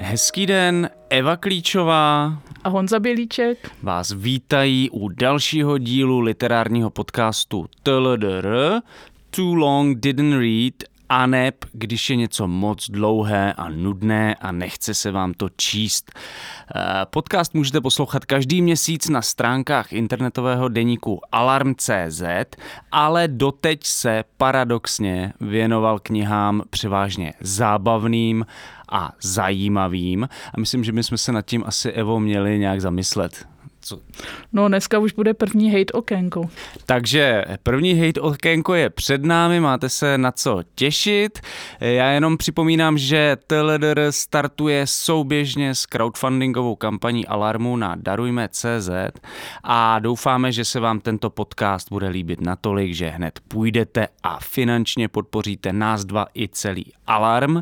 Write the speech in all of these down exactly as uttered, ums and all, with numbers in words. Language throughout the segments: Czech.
Hezký den, Eva Klíčová a Honza Bělíček vás vítají u dalšího dílu literárního podcastu T L D R, Too Long Didn't Read, aneb když je něco moc dlouhé a nudné a nechce se vám to číst. Podcast můžete poslouchat každý měsíc na stránkách internetového deníku alarm tečka cé zet, ale doteď se paradoxně věnoval knihám převážně zábavným a zajímavým a myslím, že bychom se nad tím asi, Evo, měli nějak zamyslet. Co? No dneska už bude první hejt okénko. Takže první hejt okénko je před námi, máte se na co těšit. Já jenom připomínám, že T L D R startuje souběžně s crowdfundingovou kampaní Alarmu na darujme tečka cé zet a doufáme, že se vám tento podcast bude líbit natolik, že hned půjdete a finančně podpoříte nás dva i celý Alarm.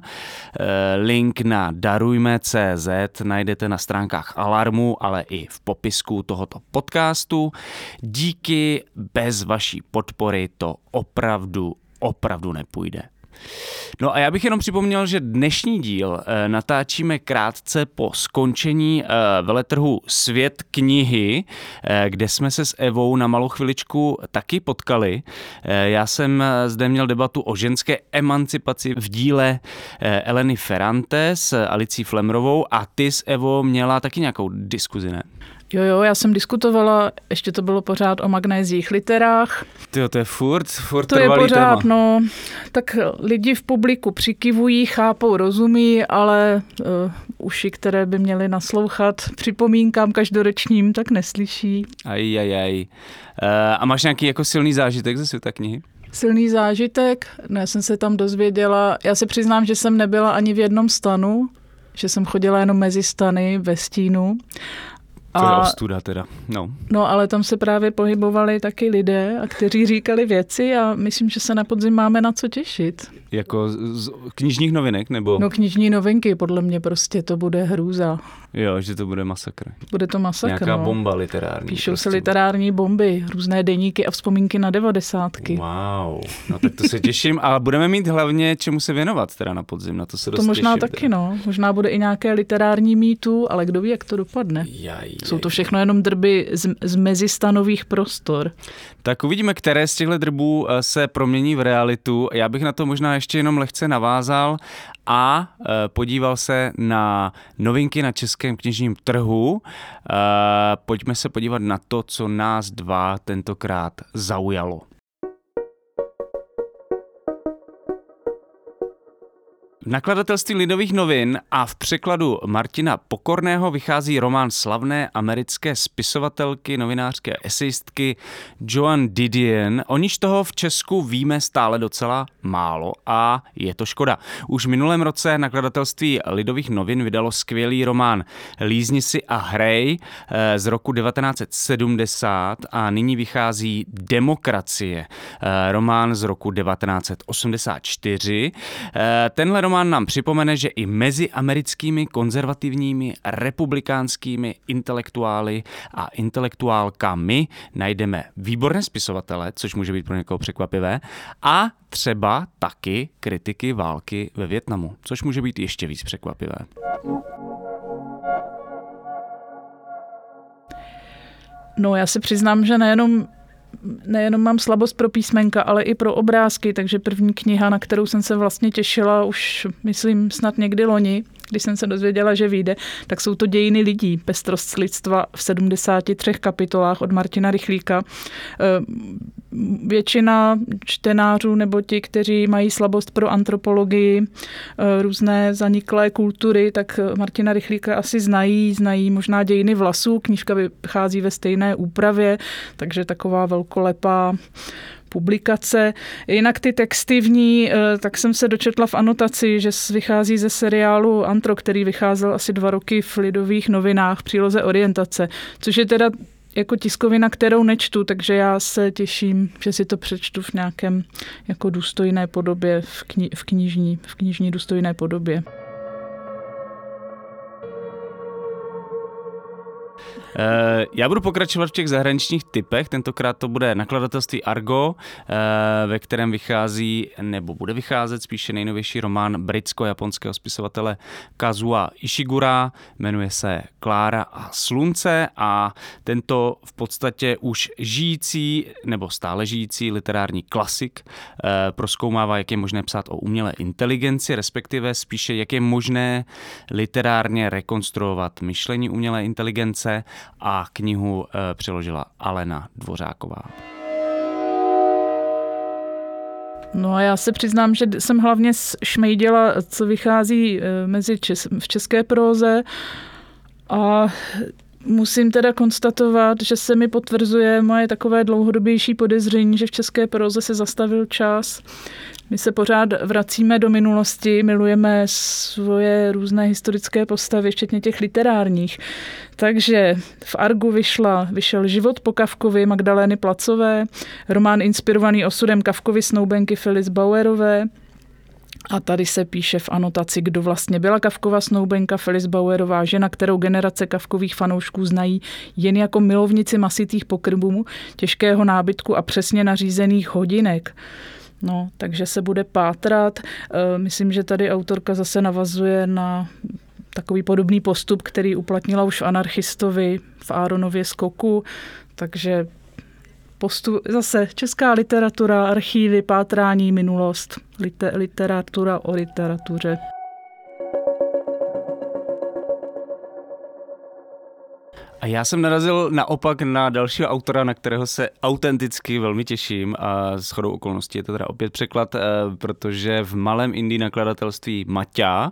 Link na darujme tečka cé zet najdete na stránkách Alarmu, ale i v popisku tohoto podcastu. Díky, bez vaší podpory to opravdu, opravdu nepůjde. No a já bych jenom připomněl, že dnešní díl e, natáčíme krátce po skončení e, veletrhu Svět knihy, e, kde jsme se s Evou na malou chviličku taky potkali. E, já jsem zde měl debatu o ženské emancipaci v díle e, Eleny Ferrante s Alicí Flemrovou a ty s Evou měla taky nějakou diskuzi, ne? Jo, jo, já jsem diskutovala, ještě to bylo pořád o magnézích literách. Tyjo, to je furt, furt To je pořád, téma. no, tak lidi v publiku přikivují, chápou, rozumí, ale uh, uši, které by měly naslouchat připomínkám každoročním, tak neslyší. Aj, aj, aj. Uh, a máš nějaký jako silný zážitek ze světa knihy? Silný zážitek? Ne, jsem se tam dozvěděla. Já se přiznám, že jsem nebyla ani v jednom stanu, že jsem chodila jenom mezi stany ve stínu. To je ostuda teda, no. No, ale tam se právě pohybovali taky lidé, a kteří říkali věci a myslím, že se na podzim máme na co těšit. Jako z, z knižních novinek, nebo? No, knižní novinky, podle mě prostě to bude hrůza. Jo, že to bude masakr. Bude to masakr, Nějaká no. bomba literární. Píšou prostě. se literární bomby, různé deníky a vzpomínky na devadesátky. Wow, no tak to se těším, ale budeme mít hlavně čemu se věnovat teda na podzim, na to se dost To možná těším, taky, teda. no. Možná bude i nějaké literární mýtu, ale kdo ví, jak to dopadne. Jaj, jaj. Jsou to všechno jenom drby z, z mezistanových prostor. Tak uvidíme, které z těchto drbů se promění v realitu. Já bych na to možná ještě jenom lehce navázal a podíval se na novinky na českém knižním trhu. Pojďme se podívat na to, co nás dva tentokrát zaujalo. V nakladatelství Lidových novin a v překladu Martina Pokorného vychází román slavné americké spisovatelky, novinářské esejistky Joan Didion. O níž toho v Česku víme stále docela málo a je to škoda. Už v minulém roce nakladatelství Lidových novin vydalo skvělý román Lízni si a hrej z roku devatenáct set sedmdesát a nyní vychází Demokracie, román z roku devatenáct set osmdesát čtyři. Tenhle román nám připomene, že i mezi americkými konzervativními republikánskými intelektuály a intelektuálkami najdeme výborné spisovatele, což může být pro někoho překvapivé, a třeba taky kritiky války ve Vietnamu, což může být ještě víc překvapivé. No, já se přiznám, že nejenom Nejenom mám slabost pro písmenka, ale i pro obrázky, takže první kniha, na kterou jsem se vlastně těšila už, myslím, snad někdy loni, když jsem se dozvěděla, že vyjde, tak jsou to Dějiny lidí, pestrost lidstva v sedmdesáti třech kapitolách od Martina Rychlíka. Většina čtenářů nebo ti, kteří mají slabost pro antropologii, různé zaniklé kultury, tak Martina Rychlíka asi znají, znají možná Dějiny vlasů, knížka vychází ve stejné úpravě, takže taková velkolepá publikace. Jinak ty texty v ní, tak jsem se dočetla v anotaci, že vychází ze seriálu Antro, který vycházel asi dva roky v Lidových novinách, příloze Orientace, což je teda jako tiskovina, kterou nečtu, takže já se těším, že si to přečtu v nějakém jako důstojné podobě, v, kni- v, knižní, v knižní důstojné podobě. Já budu pokračovat v těch zahraničních typech, tentokrát to bude nakladatelství Argo, ve kterém vychází, nebo bude vycházet spíše nejnovější román britsko-japonského spisovatele Kazua Ishigura, jmenuje se Klára a slunce a tento v podstatě už žijící, nebo stále žijící literární klasik prozkoumává, jak je možné psát o umělé inteligenci, respektive spíše, jak je možné literárně rekonstruovat myšlení umělé inteligence a knihu e, přeložila Alena Dvořáková. No a já se přiznám, že jsem hlavně šmejděla, co vychází mezi čes, v české próze a musím teda konstatovat, že se mi potvrzuje moje takové dlouhodobější podezření, že v české próze se zastavil čas. My se pořád vracíme do minulosti, milujeme svoje různé historické postavy, včetně těch literárních. Takže v Argu vyšla, vyšel Život po Kafkovi Magdalény Placové, román inspirovaný osudem Kafkovy snoubenky Phyllis Bauerové. A tady se píše v anotaci, kdo vlastně byla Kafkova snoubenka Phyllis Bauerová, žena, kterou generace Kafkových fanoušků znají jen jako milovnici masitých pokrmů, těžkého nábytku a přesně nařízených hodinek. No, takže se bude pátrat. Myslím, že tady autorka zase navazuje na takový podobný postup, který uplatnila už v Anarchistovi, v Áronově skoku, takže postup, zase česká literatura, archívy, pátrání, minulost, liter, literatura o literatuře. A já jsem narazil naopak na dalšího autora, na kterého se autenticky velmi těším a shodou okolností je to teda opět překlad, protože v malém indie nakladatelství Maťa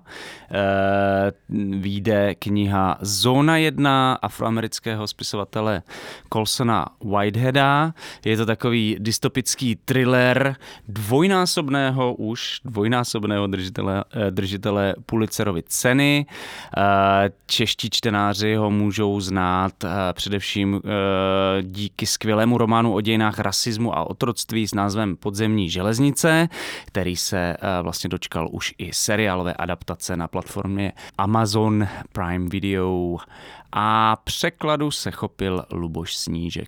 vyjde kniha Zóna jedna afroamerického spisovatele Colsona Whiteheada. Je to takový dystopický thriller dvojnásobného už, dvojnásobného držitele, držitele Pulitzerovy ceny. Čeští čtenáři ho můžou znát především díky skvělému románu o dějinách rasismu a otroctví s názvem Podzemní železnice, který se vlastně dočkal už i seriálové adaptace na platformě Amazon Prime Video a překladu se chopil Luboš Snížek.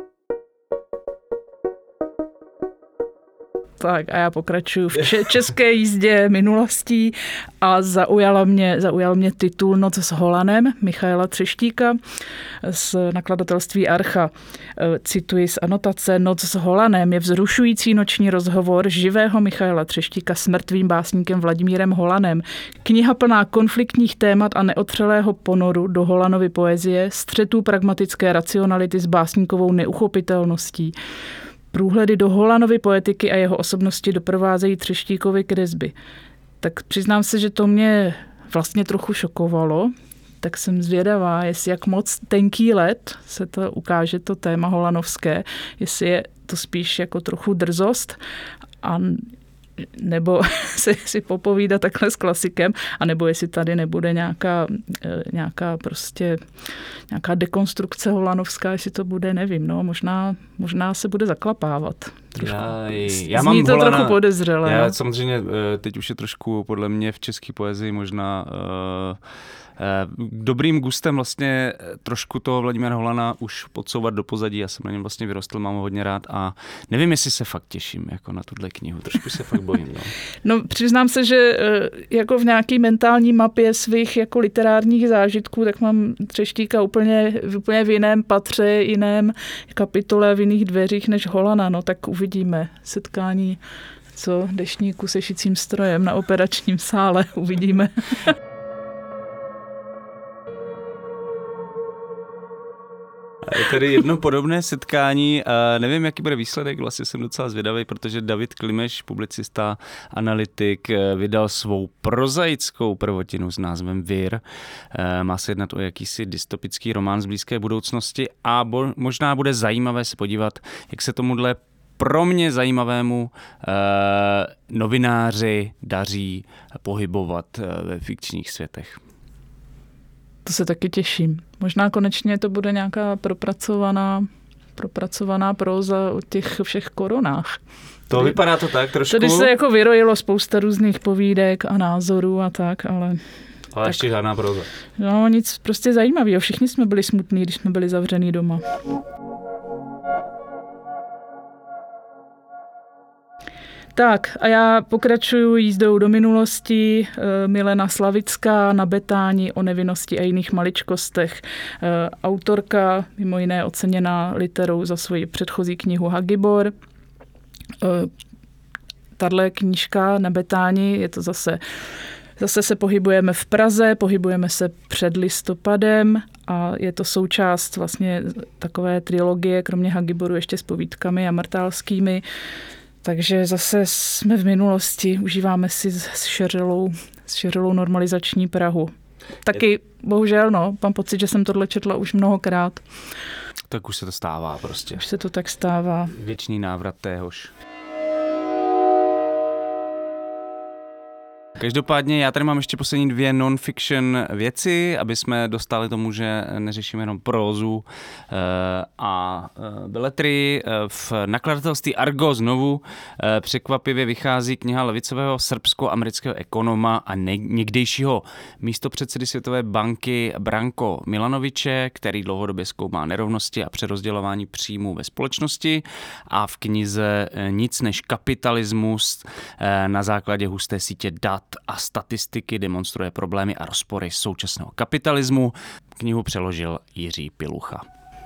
Tak a já pokračuju v české jízdě minulostí a zaujala mě, zaujal mě titul Noc s Holanem Michaela Třeštíka z nakladatelství Archa. Cituji z anotace: Noc s Holanem je vzrušující noční rozhovor živého Michaela Třeštíka s mrtvým básníkem Vladimírem Holanem. Kniha plná konfliktních témat a neotřelého ponoru do Holanovy poezie, střetů pragmatické racionality s básníkovou neuchopitelností. Průhledy do Holanovy poetiky a jeho osobnosti doprovázejí Třeštíkovy kresby. Tak přiznám se, že to mě vlastně trochu šokovalo, tak jsem zvědavá, jestli jak moc tenký led se to ukáže to téma holanovské, jestli je to spíš jako trochu drzost a nebo si, si popovídat takhle s klasikem, anebo jestli tady nebude nějaká, nějaká prostě nějaká dekonstrukce holanovská, jestli to bude, nevím, no, možná, možná se bude zaklapávat. Já, já Zní mám to Holana, trochu podezřele. Já no? samozřejmě teď už je trošku podle mě v české poezii možná uh, dobrým gustem vlastně trošku toho Vladimíra Holana už podsouvat do pozadí. Já jsem na něm vlastně vyrostl, mám ho hodně rád a nevím, jestli se fakt těším jako na tuhle knihu. Trošku se fakt bojím. No. no přiznám se, že jako v nějaký mentální mapě svých jako literárních zážitků, tak mám Třeštíka úplně, úplně v jiném patře, jiném kapitole, v jiných dveřích než Holana. No tak uvidíme setkání co Deštníku se šicím strojem na operačním sále. Uvidíme. Je tady jedno podobné setkání, nevím, jaký bude výsledek, vlastně jsem docela zvědavý, protože David Klimeš, publicista, analytik, vydal svou prozaickou prvotinu s názvem Vir. Má se jednat o jakýsi dystopický román z blízké budoucnosti a bo, možná bude zajímavé se podívat, jak se tomuhle pro mě zajímavému eh, novináři daří pohybovat ve fikčních světech. To se taky těším. Možná konečně to bude nějaká propracovaná, propracovaná próza o těch všech koronách. To tady, vypadá to tak trošku. Tady se jako vyrojilo spousta různých povídek a názorů a tak, ale... Ale tak, ještě žádná proza. No nic prostě zajímavého. Všichni jsme byli smutní, když jsme byli zavřený doma. Tak a já pokračuju jízdou do minulosti. Milena Slavická na Betáni o nevinnosti a jiných maličkostech. Autorka, mimo jiné oceněná literou za svoji předchozí knihu Hagibor. Tahle knížka na Betáni, je to zase, zase se pohybujeme v Praze, pohybujeme se před listopadem a je to součást vlastně takové trilogie, kromě Hagiboru ještě s povídkami a martálskými. Takže zase jsme v minulosti, užíváme si s šeřelou, s šeřelou normalizační Prahu. Taky, bohužel, no, mám pocit, že jsem tohle četla už mnohokrát. Tak už se to stává prostě. Už se to tak stává. Věčný návrat téhož. Každopádně já tady mám ještě poslední dvě non-fiction věci, aby jsme dostali tomu, že neřešíme jenom prózu a beletrii. V nakladatelství Argo znovu překvapivě vychází kniha levicového srbsko-amerického ekonoma a někdejšího místopředsedy Světové banky Branko Milanoviče, který dlouhodobě zkoumá nerovnosti a přerozdělování příjmů ve společnosti, a v knize Nic než kapitalismus na základě husté sítě dat a statistiky demonstruje problémy a rozpory současného kapitalismu. Knihu přeložil Jiří Pilucha.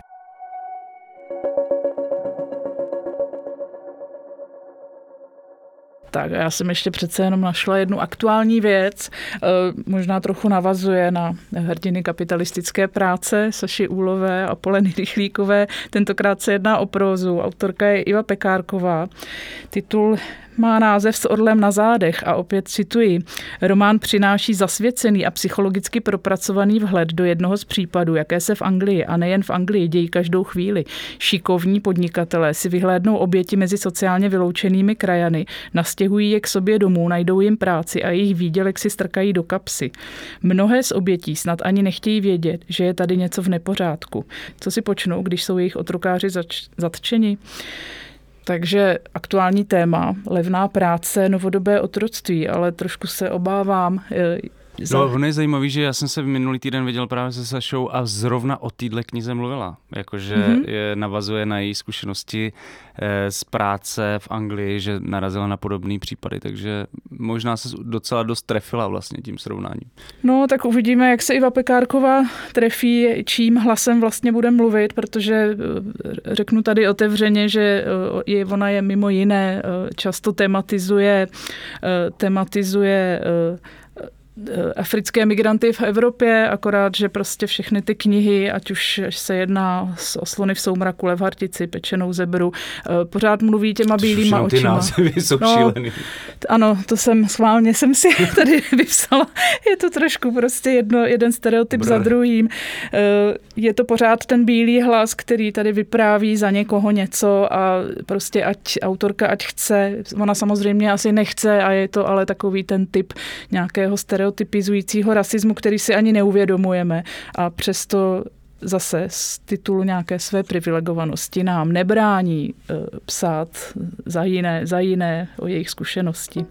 Tak já jsem ještě přece jenom našla jednu aktuální věc, možná trochu navazuje na hrdiny kapitalistické práce Saši Úlové a Poleny Rychlíkové. Tentokrát se jedná o prózu. Autorka je Iva Pekárková. Titul má název S orlem na zádech a opět cituji. Román přináší zasvěcený a psychologicky propracovaný vhled do jednoho z případů, jaké se v Anglii a nejen v Anglii dějí každou chvíli. Šikovní podnikatelé si vyhlédnou oběti mezi sociálně vyloučenými krajany, nastěhují je k sobě domů, najdou jim práci a jejich výdělek si strkají do kapsy. Mnohé z obětí snad ani nechtějí vědět, že je tady něco v nepořádku. Co si počnou, když jsou jejich otrokáři zač- zatčeni? Takže aktuální téma, levná práce, novodobé otroctví, ale trošku se obávám. Za... No, ono je zajímavý, že já jsem se minulý týden viděl právě se Sašou a zrovna o téhle knize mluvila. Jakože mm-hmm. je, navazuje na její zkušenosti eh, z práce v Anglii, že narazila na podobné případy, takže možná se docela dost trefila vlastně tím srovnáním. No, tak uvidíme, jak se Iva Pekárková trefí, čím hlasem vlastně bude mluvit, protože řeknu tady otevřeně, že je, ona je mimo jiné, často tematizuje, tematizuje africké migranty v Evropě, akorát, že prostě všechny ty knihy, ať už se jedná o Slony v soumraku, Lev v Hartici, Pečenou zebru, pořád mluví těma bílýma očima. Ty názvy jsou no, šílený. Ano, to jsem schválně jsem si tady vypsala. Je to trošku prostě jedno, jeden stereotyp Brr. za druhým. Je to pořád ten bílý hlas, který tady vypráví za někoho něco a prostě ať autorka ať chce, ona samozřejmě asi nechce a je to ale takový ten typ nějakého stereotypu stereotypizujícího rasismu, který si ani neuvědomujeme a přesto zase z titulu nějaké své privilegovanosti nám nebrání e, psát za jiné, za jiné o jejich zkušenosti.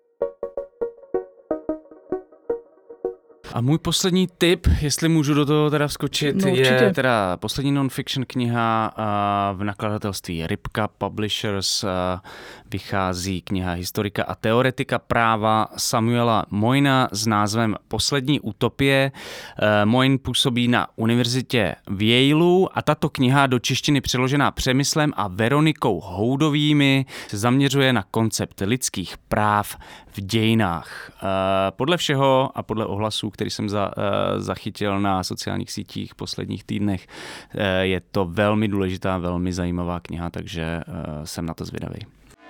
A můj poslední tip, jestli můžu do toho teda vskočit, no, je teda poslední non-fiction kniha v nakladatelství Rybka Publishers. Vychází kniha historika a teoretika práva Samuela Moyna s názvem Poslední utopie. Moyn působí na univerzitě v Yaleu a tato kniha do češtiny přeložená Přemyslem a Veronikou Houdovými se zaměřuje na koncept lidských práv v dějinách. Podle všeho a podle ohlasů, který jsem za, zachytil na sociálních sítích v posledních týdnech, je to velmi důležitá, velmi zajímavá kniha, takže jsem na to zvědavý.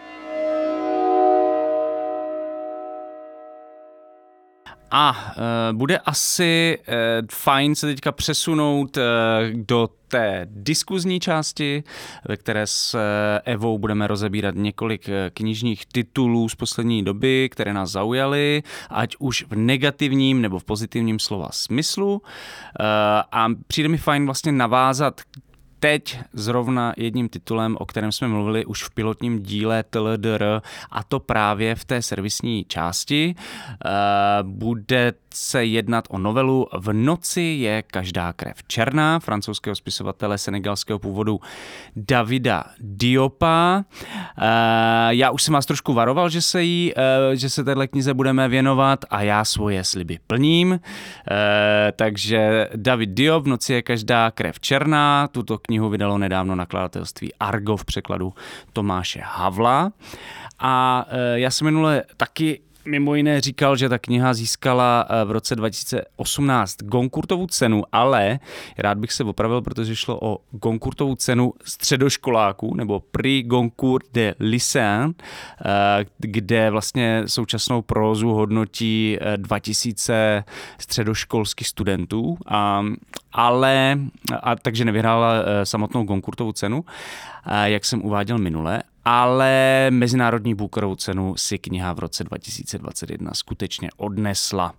A e, bude asi e, fajn se teďka přesunout e, do té diskuzní části, ve které s Evou budeme rozebírat několik knižních titulů z poslední doby, které nás zaujaly, ať už v negativním nebo v pozitivním slova smyslu. E, a přijde mi fajn vlastně navázat teď zrovna jedním titulem, o kterém jsme mluvili už v pilotním díle T L D R, a to právě v té servisní části. Bude se jednat o novelu V noci je každá krev černá francouzského spisovatele senegalského původu Davida Diopa. Já už jsem vás trošku varoval, že se jí, že se téhle knize budeme věnovat a já svoje sliby plním. Takže David Diop, V noci je každá krev černá, tuto knihu vydalo nedávno nakladatelství Argo v překladu Tomáše Havla. A já jsem minule taky mimo jiné říkal, že ta kniha získala v roce dva tisíce osmnáct Goncourtovu cenu, ale rád bych se opravil, protože šlo o Goncourtovu cenu středoškoláků, nebo Prix Goncourt de lycéen, kde vlastně současnou prózu hodnotí dva tisíce středoškolských studentů, a, ale, a, takže nevyhrála samotnou Goncourtovu cenu, jak jsem uváděl minule, ale mezinárodní Bookerovu cenu si kniha v roce dva tisíce dvacet jedna skutečně odnesla.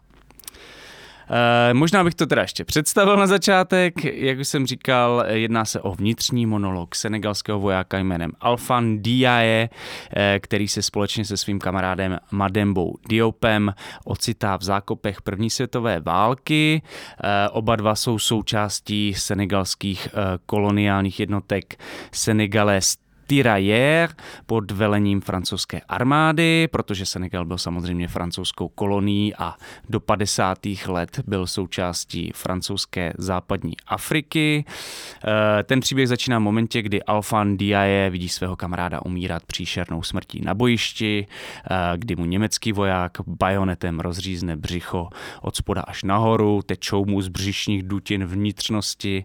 E, možná bych to teda ještě představil na začátek. Jak už jsem říkal, jedná se o vnitřní monolog senegalského vojáka jménem Alfan Diaye, e, který se společně se svým kamarádem Madembou Diopem ocitá v zákopech první světové války. E, oba dva jsou součástí senegalských e, koloniálních jednotek Senegalais Tirailleurs pod velením francouzské armády, protože Senegal byl samozřejmě francouzskou kolonií a do padesátých let byl součástí francouzské západní Afriky. Ten příběh začíná v momentě, kdy Alfan Diaye vidí svého kamaráda umírat příšernou smrtí na bojišti, kdy mu německý voják bajonetem rozřízne břicho od spoda až nahoru, tečou mu z břišních dutin vnitřnosti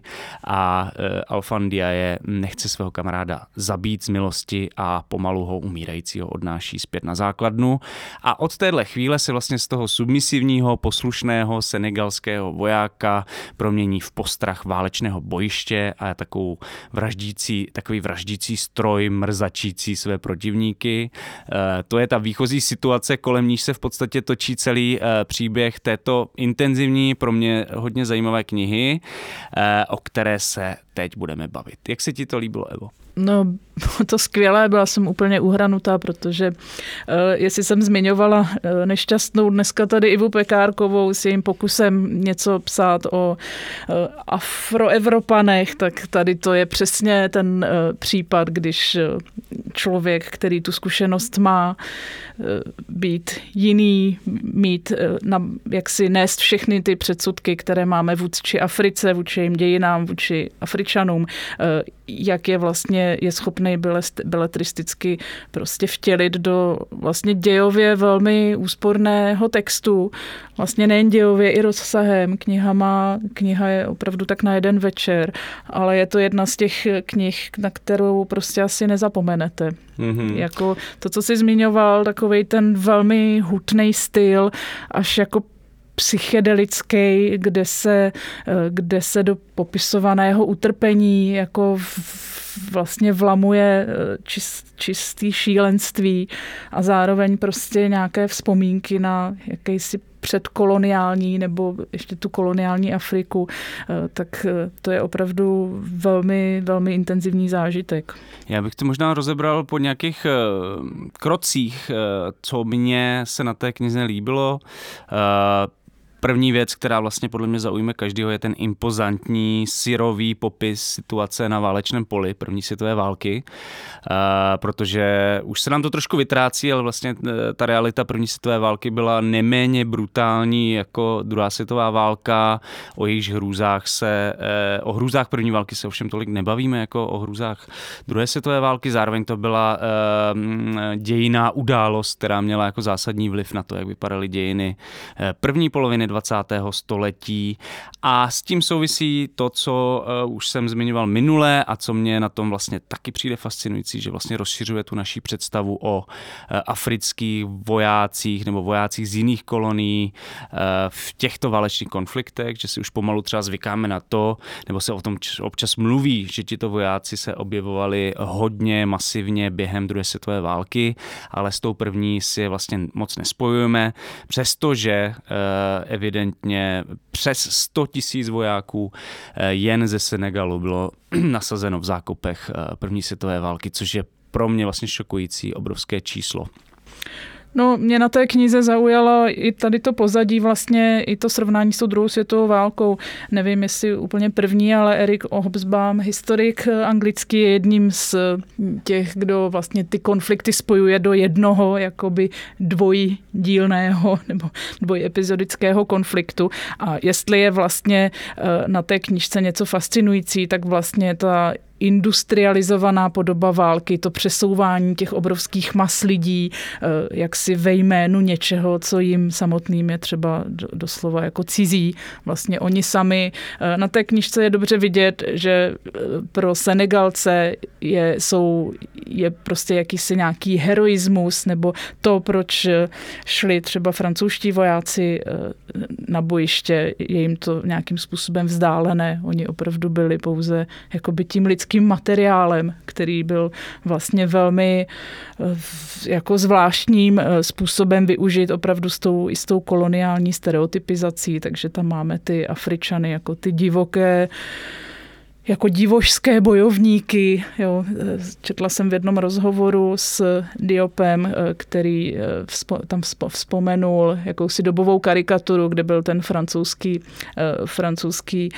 a Alfan Diaye nechce svého kamaráda zabít z milosti a pomalu ho umírajícího odnáší zpět na základnu. A od téhle chvíle se vlastně z toho submisivního, poslušného senegalského vojáka promění v postrach válečného bojiště a takovou vraždící, takový vraždící stroj, mrzačící své protivníky. E, to je ta výchozí situace, kolem níž se v podstatě točí celý e, příběh této intenzivní, pro mě hodně zajímavé knihy, e, o které se teď budeme bavit. Jak se ti to líbilo, Evo? No, to skvělé, byla jsem úplně uhranutá, protože uh, jestli jsem zmiňovala uh, nešťastnou dneska tady Ivu Pekárkovou s jejím pokusem něco psát o uh, Afroevropanech, tak tady to je přesně ten uh, případ, když uh, člověk, který tu zkušenost má, uh, být jiný, mít, uh, na, jak si nést všechny ty předsudky, které máme vůči Africe, vůči jejím dějinám, vůči Afričanům, uh, jak je vlastně je schopný beletristicky prostě vtělit do vlastně dějově velmi úsporného textu. Vlastně nejen dějově, i rozsahem. Kniha má, kniha je opravdu tak na jeden večer, ale je to jedna z těch knih, na kterou prostě asi nezapomenete. Mm-hmm. Jako to, co jsi zmiňoval, takovej ten velmi hutný styl, až jako psychedelický, kde se, kde se do popisovaného utrpení jako vlastně vlamuje čist, čistý šílenství a zároveň prostě nějaké vzpomínky na jakýsi předkoloniální nebo ještě tu koloniální Afriku, tak to je opravdu velmi, velmi intenzivní zážitek. Já bych to možná rozebral po nějakých krocích, co mně se na té knize líbilo. První věc, která vlastně podle mě zaujme každého, je ten impozantní syrový popis situace na válečném poli první světové války, protože už se nám to trošku vytrácí, ale vlastně ta realita první světové války byla neméně brutální jako druhá světová válka. O jejichž hrůzách se, o hrůzách první války se ovšem tolik nebavíme jako o hrůzách druhé světové války. Zároveň to byla dějinná událost, která měla jako zásadní vliv na to, jak vypadaly dějiny první poloviny dvacátého století, a s tím souvisí to, co uh, už jsem zmiňoval minule a co mě na tom vlastně taky přijde fascinující, že vlastně rozšiřuje tu naší představu o uh, afrických vojácích nebo vojácích z jiných kolonií uh, v těchto válečných konfliktech, že si už pomalu třeba zvykáme na to, nebo se o tom občas mluví, že tito vojáci se objevovali hodně masivně během druhé světové války, ale s tou první si je vlastně moc nespojujeme, přestože uh, evidentně přes sto tisíc vojáků jen ze Senegalu bylo nasazeno v zákopech první světové války, což je pro mě vlastně šokující obrovské číslo. No, mě na té knize zaujalo i tady to pozadí vlastně, i to srovnání s tou druhou světovou válkou. Nevím, jestli úplně první, ale Eric Hobsbawm, historik anglický, je jedním z těch, kdo vlastně ty konflikty spojuje do jednoho jakoby dvojdílného nebo dvojepizodického konfliktu. A jestli je vlastně na té knižce něco fascinující, tak vlastně ta industrializovaná podoba války, to přesouvání těch obrovských mas lidí, jaksi ve jménu něčeho, co jim samotným je třeba doslova jako cizí. Vlastně oni sami, na té knižce je dobře vidět, že pro Senegalce je, jsou, je prostě jakýsi nějaký heroismus, nebo to, proč šli třeba francouzští vojáci na bojiště, je jim to nějakým způsobem vzdálené. Oni opravdu byli pouze jakoby tím lidským materiálem, který byl vlastně velmi jako zvláštním způsobem využit opravdu s tou, i s tou koloniální stereotypizací, takže tam máme ty Afričany jako ty divoké, jako divošské bojovníky. Jo. Četla jsem v jednom rozhovoru s Diopem, který tam vzpomenul jakousi dobovou karikaturu, kde byl ten francouzský, francouzský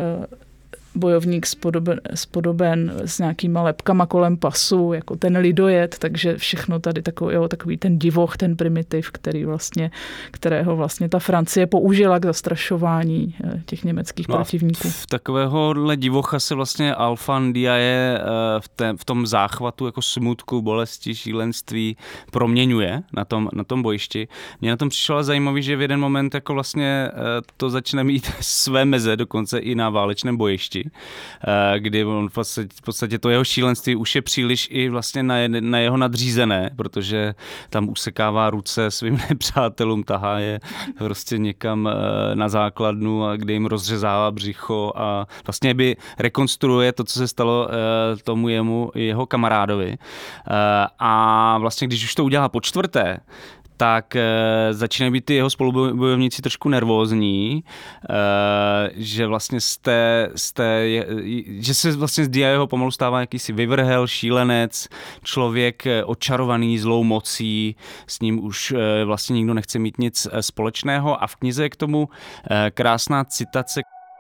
bojovník spodoben, spodoben s nějakýma lepkama kolem pasu, jako ten lidojet, takže všechno tady takový, jo, takový ten divoch, ten primitiv, který vlastně, kterého vlastně ta Francie použila k zastrašování těch německých no protivníků. V takovéhohle divocha se vlastně Alphan Diaye v, té, v tom záchvatu jako smutku, bolesti, šílenství proměňuje na tom, na tom bojišti. Mně na tom přišlo zajímavý, že v jeden moment jako vlastně to začne mít své meze, dokonce i na válečném bojišti, kdy on v podstatě, v podstatě to jeho šílenství už je příliš i vlastně na, je, na jeho nadřízené, protože tam usekává ruce svým nepřátelům, tahá je prostě někam na základnu, a kde jim rozřezává břicho a vlastně by rekonstruuje to, co se stalo tomu jemu, jeho kamarádovi. A vlastně když už to udělá po čtvrté, tak e, začínají být ty jeho spolubojovníci trošku nervózní, e, že vlastně z té, z té, že se vlastně z Diayeho pomalu stává jakýsi vyvrhel, šílenec, člověk očarovaný zlou mocí, s ním už e, vlastně nikdo nechce mít nic společného a v knize je k tomu e, krásná citace.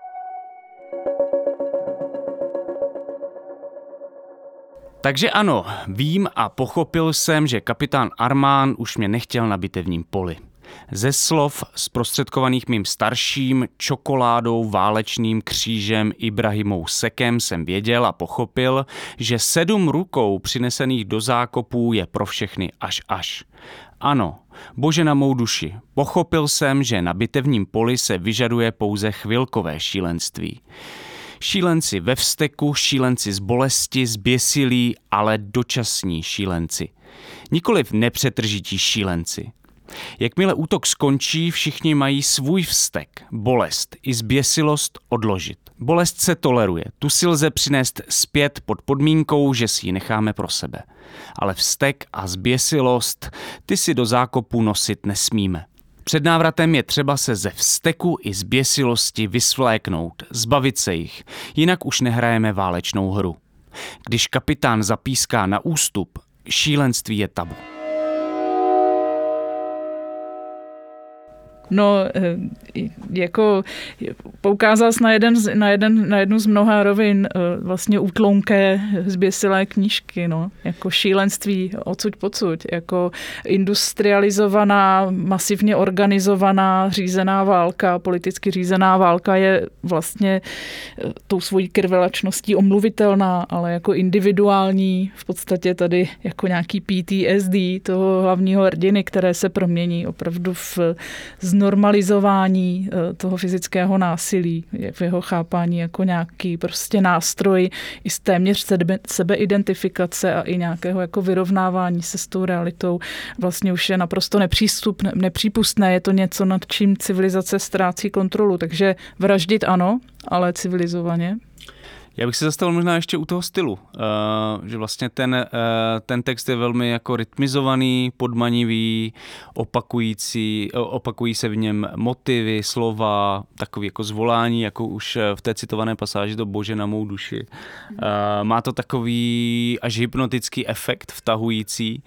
Takže ano, vím a pochopil jsem, že kapitán Armand už mě nechtěl na bitevním poli. Ze slov zprostředkovaných mým starším čokoládou válečným křížem Ibrahimou Sekem jsem věděl a pochopil, že sedm rukou přinesených do zákopů je pro všechny až až. Ano, bože na mou duši, pochopil jsem, že na bitevním poli se vyžaduje pouze chvilkové šílenství. Šílenci ve vzteku, šílenci z bolesti, zběsilí, ale dočasní šílenci. Nikoliv nepřetržití šílenci. Jakmile útok skončí, všichni mají svůj vztek, bolest i zběsilost odložit. Bolest se toleruje, tu si lze přinést zpět pod podmínkou, že si ji necháme pro sebe. Ale vztek a zběsilost, ty si do zákopu nosit nesmíme. Před návratem je třeba se ze vzteku i zběsilosti vysvléknout, zbavit se jich, jinak už nehrajeme válečnou hru. Když kapitán zapíská na ústup, šílenství je tabu. No, jako poukázal jsi na, jeden, na, jeden, na jednu z mnoha rovin vlastně útlonké zběsilé knížky, no, jako šílenství odsud pocud, jako industrializovaná, masivně organizovaná, řízená válka, politicky řízená válka je vlastně tou svojí krvelačností omluvitelná, ale jako individuální, v podstatě tady jako nějaký P T S D toho hlavního hrdiny, které se promění opravdu v znormalizování toho fyzického násilí, v jeho chápání jako nějaký prostě nástroj i z téměř sebe, sebeidentifikace a i nějakého jako vyrovnávání se s tou realitou vlastně už je naprosto nepřístupné, nepřípustné. Je to něco, nad čím civilizace ztrácí kontrolu. Takže vraždit ano, ale civilizovaně. Já bych se zastavil možná ještě u toho stylu, uh, že vlastně ten, uh, ten text je velmi jako rytmizovaný, podmanivý, opakující, opakují se v něm motivy, slova, takový jako zvolání, jako už v té citované pasáži to Bože na mou duši. Uh, má to takový až hypnotický efekt vtahující.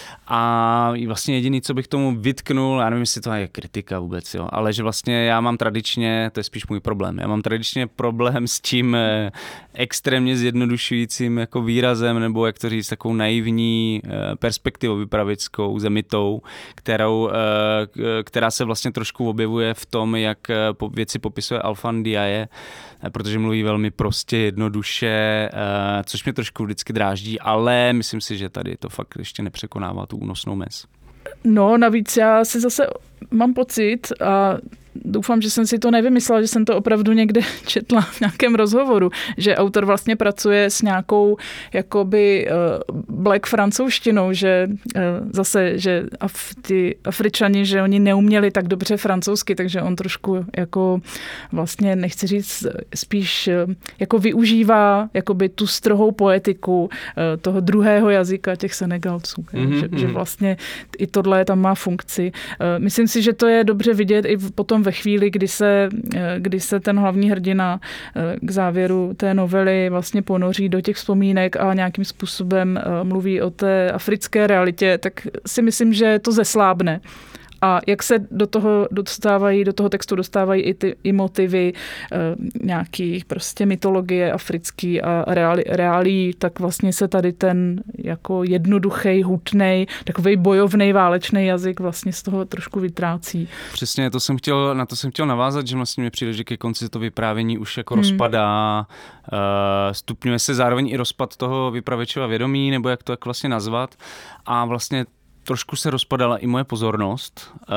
A vlastně jediný, co bych tomu vytknul, já nevím, jestli to je kritika vůbec, jo, ale že vlastně já mám tradičně, to je spíš můj problém, já mám tradičně problém s tím extrémně zjednodušujícím jako výrazem, nebo jak to říct, takovou naivní perspektivou vypravickou, zemitou, kterou, která se vlastně trošku objevuje v tom, jak věci popisuje Alpha Ndiaye, protože mluví velmi prostě, jednoduše, což mě trošku vždycky dráždí, ale myslím si, že tady to fakt ještě nepřekonává tu únosnou mez. No, navíc já si zase mám pocit a doufám, že jsem si to nevymyslela, že jsem to opravdu někde četla v nějakém rozhovoru, že autor vlastně pracuje s nějakou jakoby black francouzštinou, že zase, že Af, ty Afričani, že oni neuměli tak dobře francouzsky, takže on trošku jako vlastně, nechci říct, spíš jako využívá jakoby tu strohou poetiku toho druhého jazyka těch Senegalců, mm-hmm. že, že vlastně i tohle tam má funkci. Myslím si, že to je dobře vidět i potom ve chvíli, kdy se, kdy se ten hlavní hrdina k závěru té novely vlastně ponoří do těch vzpomínek a nějakým způsobem mluví o té africké realitě, tak si myslím, že to zeslábne. A jak se do toho dostávají, do toho textu dostávají i ty i motivy e, nějakých prostě mytologie africký a reálí, reálí, tak vlastně se tady ten jako jednoduchý, hutnej, takovej bojovnej, válečný jazyk vlastně z toho trošku vytrácí. Přesně, to jsem chtěl, na to jsem chtěl navázat, že vlastně mi přijde, že ke konci to vyprávění už jako hmm. rozpadá, e, stupňuje se zároveň i rozpad toho vypravěčova vědomí, nebo jak to jak vlastně nazvat, a vlastně trošku se rozpadala i moje pozornost uh,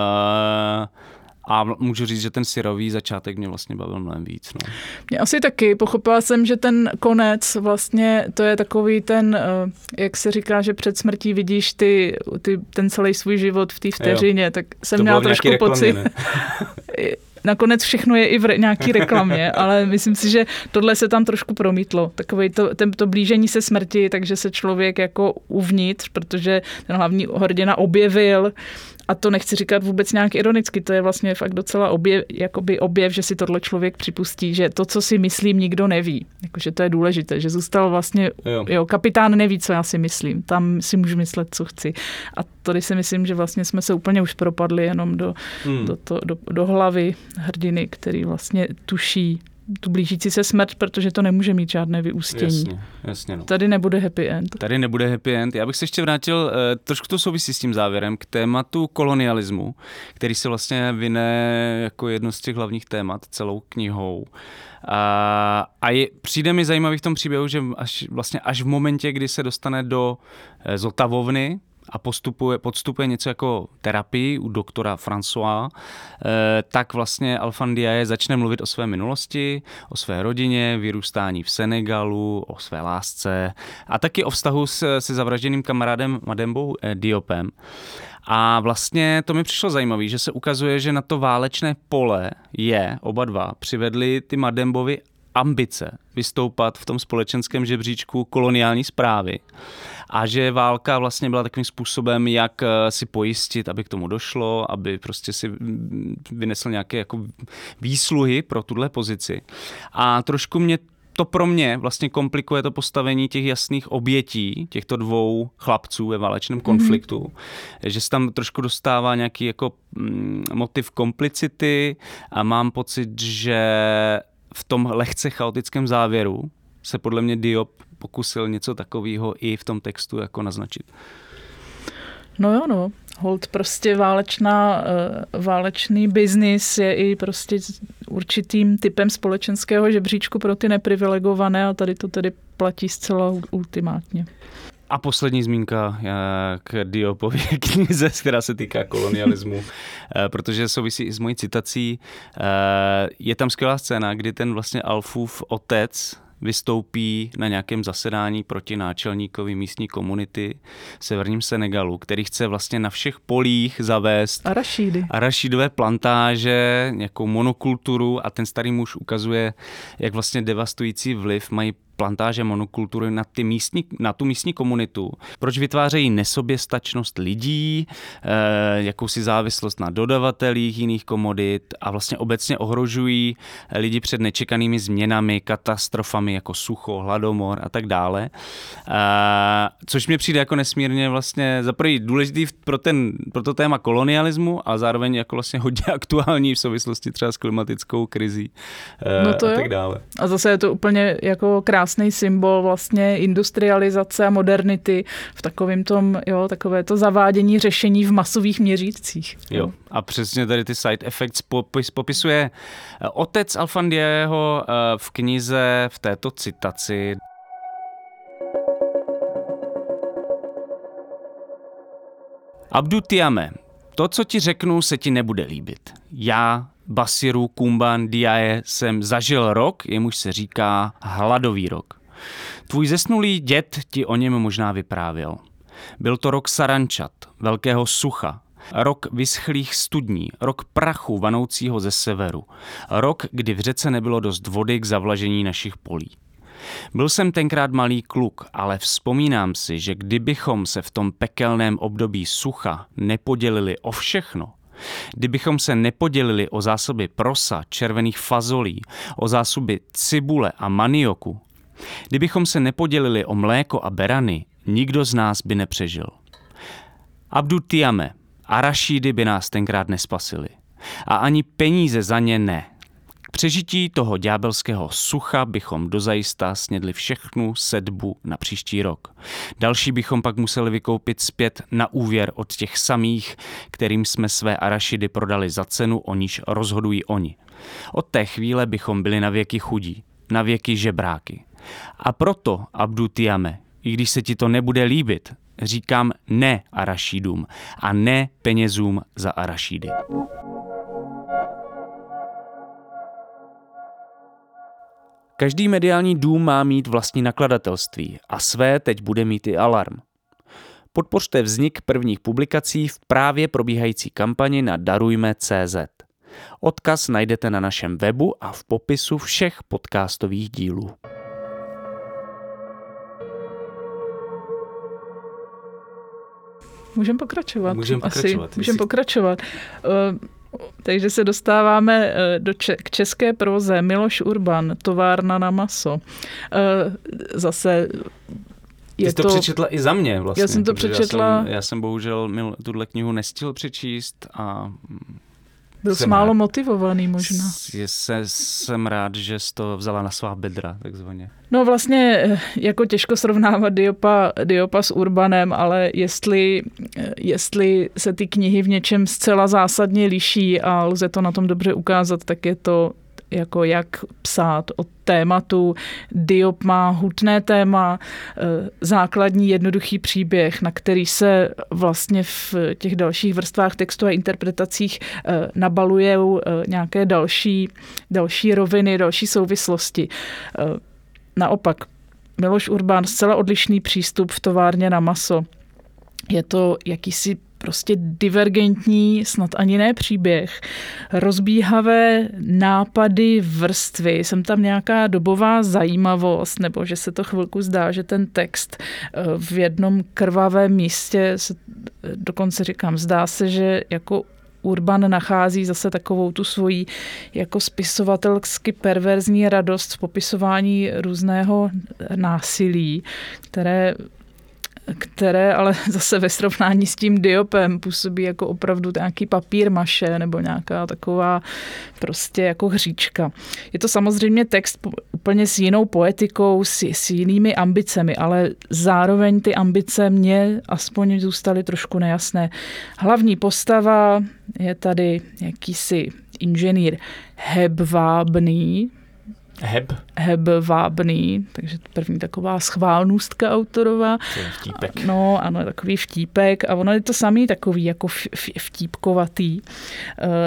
a můžu říct, že ten syrový začátek mě vlastně bavil mnohem víc. No. Mě asi taky. Pochopila jsem, že ten konec vlastně, to je takový ten, uh, jak se říká, že před smrtí vidíš ty, ty, ten celý svůj život v té vteřině, jo. Tak jsem to měla trošku reklamě, pocit. Nakonec všechno je i v re, nějaký reklamě, ale myslím si, že tohle se tam trošku promítlo. Takové to, to blížení se smrti, takže se člověk jako uvnitř, protože ten hlavní hrdina objevil, a to nechci říkat vůbec nějak ironicky, to je vlastně fakt docela objev, jakoby objev, že si tohle člověk připustí, že to, co si myslím, nikdo neví. Jakože to je důležité, že zůstal vlastně, jo. jo, kapitán neví, co já si myslím, tam si můžu myslet, co chci. A tady si myslím, že vlastně jsme se úplně už propadli jenom do, hmm. do, to, do, do hlavy hrdiny, který vlastně tuší tu blížící se smrt, protože to nemůže mít žádné vyústění. Jasně, jasně, no. Tady nebude happy end. Tady nebude happy end. Já bych se ještě vrátil, trošku to souvisí s tím závěrem, k tématu kolonialismu, který se vlastně vyne jako jedno z těch hlavních témat celou knihou. A, a je, přijde mi zajímavý v tom příběhu, že až, vlastně až v momentě, kdy se dostane do Zotavovny, a postupuje, podstupuje něco jako terapii u doktora François, eh, tak vlastně Alpha Ndiaye začne mluvit o své minulosti, o své rodině, vyrůstání v Senegalu, o své lásce a taky o vztahu s, se zavražděným kamarádem Madembou eh, Diopem. A vlastně to mi přišlo zajímavé, že se ukazuje, že na to válečné pole je, oba dva, přivedli ty Madembovi ambice vystoupat v tom společenském žebříčku koloniální správy. A že válka vlastně byla takovým způsobem, jak si pojistit, aby k tomu došlo, aby prostě si vynesl nějaké jako výsluhy pro tuhle pozici. A trošku mě to pro mě vlastně komplikuje to postavení těch jasných obětí těchto dvou chlapců ve válečném konfliktu. Mm-hmm. Že se tam trošku dostává nějaký jako mm, motiv komplicity a mám pocit, že v tom lehce chaotickém závěru se podle mě Diop pokusil něco takového i v tom textu jako naznačit. No jo, no. Hold prostě válečná, válečný biznis je i prostě určitým typem společenského žebříčku pro ty neprivilegované a tady to tedy platí zcela ultimátně. A poslední zmínka k Diopově knize, která se týká kolonialismu, protože souvisí i s mojí citací. Je tam skvělá scéna, kdy ten vlastně Alfův otec vystoupí na nějakém zasedání proti náčelníkovi místní komunity v severním Senegalu, který chce vlastně na všech polích zavést arašídy. arašídové plantáže, nějakou monokulturu a ten starý muž ukazuje, jak vlastně devastující vliv mají plantáže monokultury na, ty místní, na tu místní komunitu. Proč vytvářejí nesoběstačnost lidí, e, jakousi závislost na dodavatelích jiných komodit a vlastně obecně ohrožují lidi před nečekanými změnami, katastrofami jako sucho, hladomor a tak dále. E, což mi přijde jako nesmírně vlastně za první důležitý pro, ten, pro to téma kolonialismu a zároveň jako vlastně hodně aktuální v souvislosti třeba s klimatickou krizí e, no to a jo. tak dále. A zase je to úplně jako krásný symbol vlastně industrializace a modernity v takovém tom, jo, takové to zavádění řešení v masových měřících. Jo. A přesně tady ty side effects popis, popisuje otec Alfandiého v knize v této citaci. Abdou Tiame, to, co ti řeknu, se ti nebude líbit. Já, Basiru Kumban Diaye, jsem zažil rok, jemuž se říká hladový rok. Tvůj zesnulý děd ti o něm možná vyprávěl. Byl to rok sarančat, velkého sucha, rok vyschlých studní, rok prachu vanoucího ze severu, rok, kdy v řece nebylo dost vody k zavlažení našich polí. Byl jsem tenkrát malý kluk, ale vzpomínám si, že kdybychom se v tom pekelném období sucha nepodělili o všechno, kdybychom se nepodělili o zásoby prosa, červených fazolí, o zásoby cibule a manioku, kdybychom se nepodělili o mléko a berany, nikdo z nás by nepřežil. Abdou Tiame, arašídy by nás tenkrát nespasili. A ani peníze za ně ne. K přežití toho ďábelského sucha bychom dozajista snědli všechnu sedbu na příští rok. Další bychom pak museli vykoupit zpět na úvěr od těch samých, kterým jsme své arašidy prodali za cenu, o níž rozhodují oni. Od té chvíle bychom byli navěky chudí, navěky žebráky. A proto, Abdou Tiame, i když se ti to nebude líbit, říkám ne arašídům a ne penězům za arašídy. Každý mediální dům má mít vlastní nakladatelství a své teď bude mít i Alarm. Podpořte vznik prvních publikací v právě probíhající kampani na darujme tečka cé zet. Odkaz najdete na našem webu a v popisu všech podcastových dílů. Můžeme pokračovat. Můžeme pokračovat. Můžeme pokračovat. Uh, takže se dostáváme do če- k české proze. Miloš Urban, Továrna na maso. Uh, zase je Ty jsi to, to přečetla i za mě vlastně. Já jsem to přečetla. Já jsem, já jsem bohužel mil, tuhle knihu nestihl přečíst a byl jsi málo motivovaný možná. Se, jsem rád, že jsi to vzala na svá bedra, takzvaně. No vlastně jako těžko srovnávat Diopa, Diopa s Urbanem, ale jestli, jestli se ty knihy v něčem zcela zásadně liší a lze to na tom dobře ukázat, tak je to jako jak psát o tématu. Diop má hutné téma, základní jednoduchý příběh, na který se vlastně v těch dalších vrstvách textu a interpretacích nabaluje nějaké další, další roviny, další souvislosti. Naopak, Miloš Urban, zcela odlišný přístup v Továrně na maso. Je to jakýsi prostě divergentní, snad ani ne příběh, rozbíhavé nápady, vrstvy, jsem tam nějaká dobová zajímavost, nebo že se to chvilku zdá, že ten text v jednom krvavém místě, se, dokonce říkám, zdá se, že jako Urban nachází zase takovou tu svoji jako spisovatelsky perverzní radost v popisování různého násilí, které které ale zase ve srovnání s tím Diopem působí jako opravdu nějaký papír maše nebo nějaká taková prostě jako hříčka. Je to samozřejmě text úplně s jinou poetikou, s, s jinými ambicemi, ale zároveň ty ambice mě aspoň zůstaly trošku nejasné. Hlavní postava je tady jakýsi inženýr hebvábný, Heb? Hebvábný, takže první taková schválnůstka autorová. To je vtípek. No, ano, takový vtípek a ono je to samý takový jako vtípkovatý.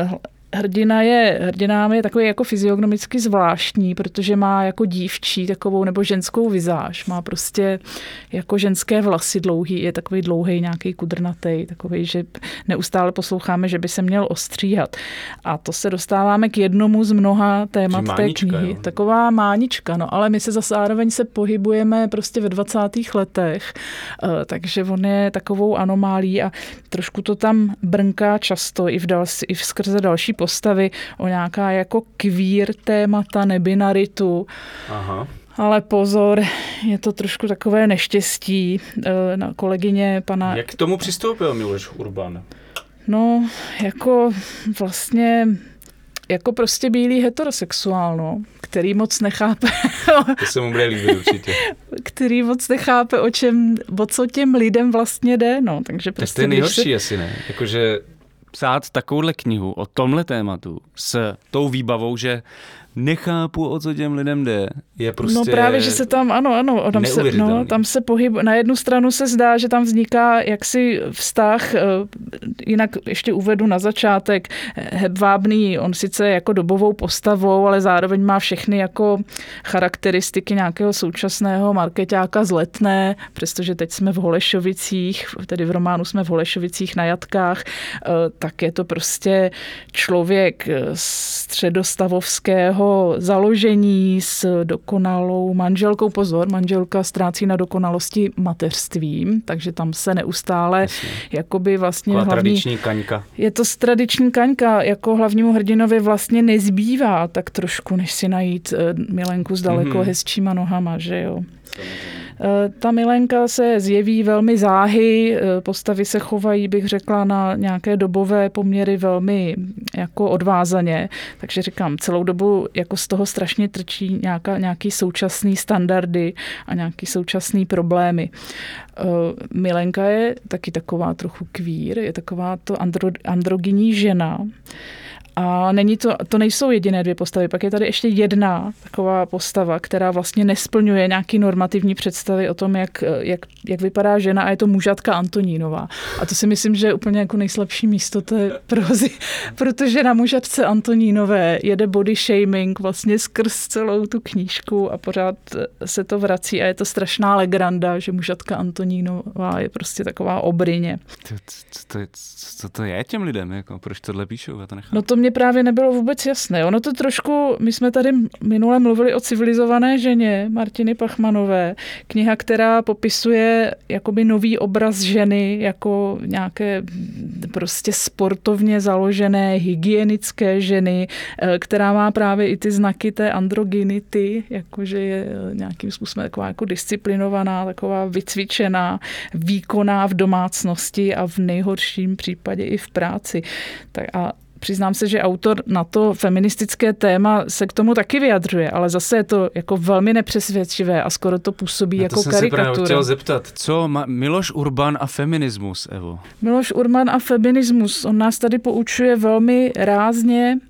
hrdina je, hrdina je takový jako fyziognomicky zvláštní, protože má jako dívčí takovou nebo ženskou vizáž. Má prostě jako ženské vlasy dlouhý, je takový dlouhý nějaký kudrnatej, takový, že neustále posloucháme, že by se měl ostříhat. A to se dostáváme k jednomu z mnoha témat té knihy. Jo. Taková mánička, no, ale my se zase zároveň se pohybujeme prostě ve dvacátých letech, takže on je takovou anomálí a trošku to tam brnká často i v, dal, i v skrze další postavy o nějaká jako queer témata, nebinaritu. Aha. Ale pozor, je to trošku takové neštěstí na kolegyně pana... Jak k tomu přistoupil Miloš Urban? No, jako vlastně... Jako prostě bílý heterosexuál, no, který moc nechápe... To se mu bude líbit určitě. Který moc nechápe, o čem, o co těm lidem vlastně jde, no, takže prostě... Tak to je nejhorší se... asi, ne? Jakože psát takovouhle knihu o tomhle tématu s tou výbavou, že nechápu, o co těm lidem jde, je prostě... No právě, že se tam, ano, ano, tam se, no, tam se pohyb, na jednu stranu se zdá, že tam vzniká jaksi vztah, jinak ještě uvedu na začátek, Hedvábný, on sice jako dobovou postavou, ale zároveň má všechny jako charakteristiky nějakého současného markeťáka z Letné, přestože teď jsme v Holešovicích, tedy v románu jsme v Holešovicích na jatkách, tak je to prostě člověk středostavovského založení s dokonalou manželkou. Pozor, manželka ztrácí na dokonalosti mateřstvím, takže tam se neustále Jasně. jakoby vlastně Taková hlavní... tradiční kaňka. Je to tradiční kaňka, jako hlavnímu hrdinovi vlastně nezbývá tak trošku, než si najít milenku s daleko mm-hmm. hezčíma nohama, že jo. Ta milenka se zjeví velmi záhy, postavy se chovají, bych řekla, na nějaké dobové poměry velmi jako odvázaně, takže říkám, celou dobu jako z toho strašně trčí nějaká, nějaký současný standardy a nějaký současný problémy. Milenka je taky taková trochu queer, je taková to andro, androgyní žena. A není to, to nejsou jediné dvě postavy, pak je tady ještě jedna taková postava, která vlastně nesplňuje nějaký normativní představy o tom, jak, jak, jak vypadá žena a je to mužatka Antonínová. A to si myslím, že je úplně jako nejslabší místo té prozy, protože na mužatce Antonínové jede body shaming vlastně skrz celou tu knížku a pořád se to vrací a je to strašná legranda, že mužatka Antonínová je prostě taková obryně. Co to, to, to, to je těm lidem? Jako, proč tohle píšou? Já to nechápu. No to mě právě nebylo vůbec jasné. Ono to trošku, my jsme tady minule mluvili o civilizované ženě Martiny Pachmanové. Kniha, která popisuje jakoby nový obraz ženy jako nějaké prostě sportovně založené, hygienické ženy, která má právě i ty znaky té androgynity, jakože je nějakým způsobem taková jako disciplinovaná, taková vycvičená, výkonná v domácnosti a v nejhorším případě i v práci. Tak a přiznám se, že autor na to feministické téma se k tomu taky vyjadřuje, ale zase je to jako velmi nepřesvědčivé a skoro to působí na jako to jsem karikatura. Se právě chtěl zeptat, co ma Miloš Urban a feminismus, Evo? Miloš Urban a feminismus, on nás tady poučuje velmi rázně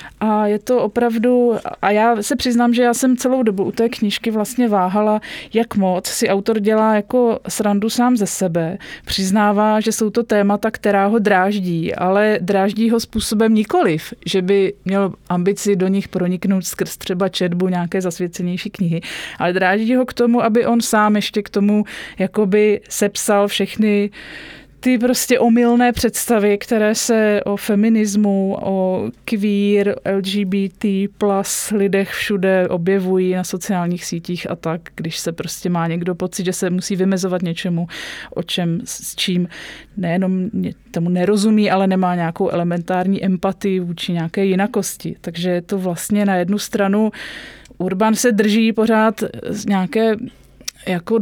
a je to opravdu, a já se přiznám, že já jsem celou dobu u té knížky vlastně váhala, jak moc si autor dělá jako srandu sám ze sebe. Přiznává, že jsou to témata, která ho dráždí, ale dráždí ho způsobem nikoliv, že by měl ambici do nich proniknout skrz třeba četbu nějaké zasvěcenější knihy, ale dráždí ho k tomu, aby on sám ještě k tomu jakoby sepsal všechny ty prostě omylné představy, které se o feminismu, o queer, L G B T plus lidech všude objevují na sociálních sítích a tak, když se prostě má někdo pocit, že se musí vymezovat něčemu, o čem, s čím nejenom tomu nerozumí, ale nemá nějakou elementární empatii vůči nějaké jinakosti. Takže je to vlastně na jednu stranu Urban se drží pořád z nějaké jako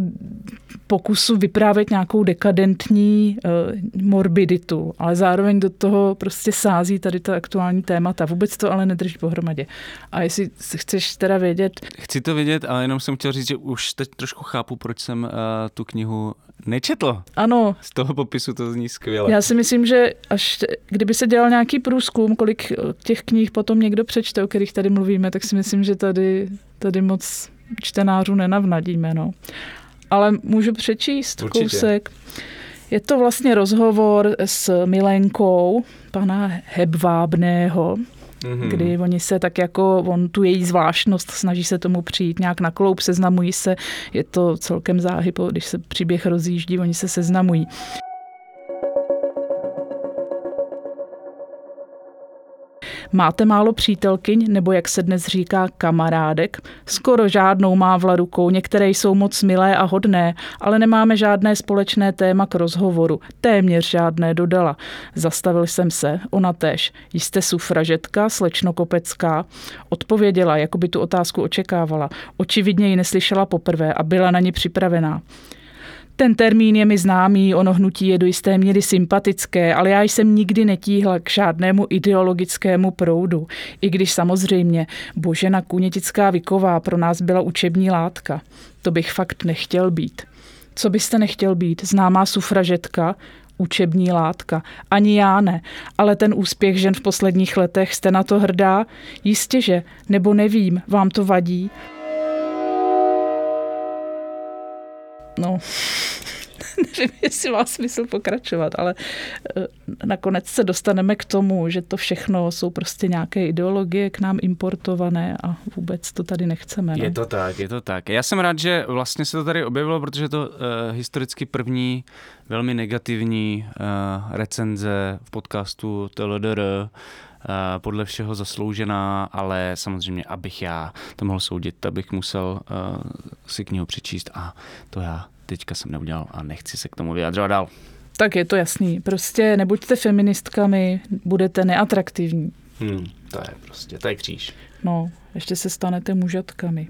pokusu vyprávět nějakou dekadentní uh, morbiditu, ale zároveň do toho prostě sází tady ta aktuální témata. Vůbec to ale nedrží pohromadě. A jestli chceš teda vědět... Chci to vědět, ale jenom jsem chtěl říct, že už teď trošku chápu, proč jsem uh, tu knihu nečetl. Ano. Z toho popisu to zní skvěle. Já si myslím, že až kdyby se dělal nějaký průzkum, kolik těch knih potom někdo přečte, o kterých tady mluvíme, tak si myslím, že tady, tady moc čtenářů nenavnadíme, no. Ale můžu přečíst Určitě. kousek. Je to vlastně rozhovor s milenkou pana Hebvábného, mm-hmm. kdy oni se tak jako, on tu její zvláštnost, snaží se tomu přijít nějak na kloub, seznamují se, je to celkem záhy, když se příběh rozjíždí, oni se seznamují. Máte málo přítelkyň, nebo jak se dnes říká kamarádek? Skoro žádnou má Vla rukou, některé jsou moc milé a hodné, ale nemáme žádné společné téma k rozhovoru. Téměř žádné, dodala. Zastavil jsem se, ona též. Jste sufražetka, slečno Kopecká? Odpověděla, jako by tu otázku očekávala. Očividně ji neslyšela poprvé a byla na ní připravená. Ten termín je mi známý, ono hnutí je do jisté míry sympatické, ale já jsem nikdy netíhla k žádnému ideologickému proudu. I když samozřejmě Božena Kunětická-Viková pro nás byla učební látka. To bych fakt nechtěl být. Co byste nechtěl být? Známá sufražetka? Učební látka. Ani já ne. Ale ten úspěch žen v posledních letech, jste na to hrdá? Jistěže, nebo nevím, vám to vadí? No, nevím, jestli má smysl pokračovat, ale nakonec se dostaneme k tomu, že to všechno jsou prostě nějaké ideologie k nám importované a vůbec to tady nechceme. No? Je to tak, je to tak. Já jsem rád, že vlastně se to tady objevilo, protože to uh, historicky první velmi negativní uh, recenze v podcastu T L D R, Uh, podle všeho zasloužená, ale samozřejmě, abych já to mohl soudit, abych musel uh, si knihu přečíst a to já teďka jsem neudělal a nechci se k tomu vyjadřovat dál. Tak je to jasný. Prostě nebuďte feministkami, budete neatraktivní. Hmm, to je prostě, to je kříž. No, ještě se stanete mužatkami.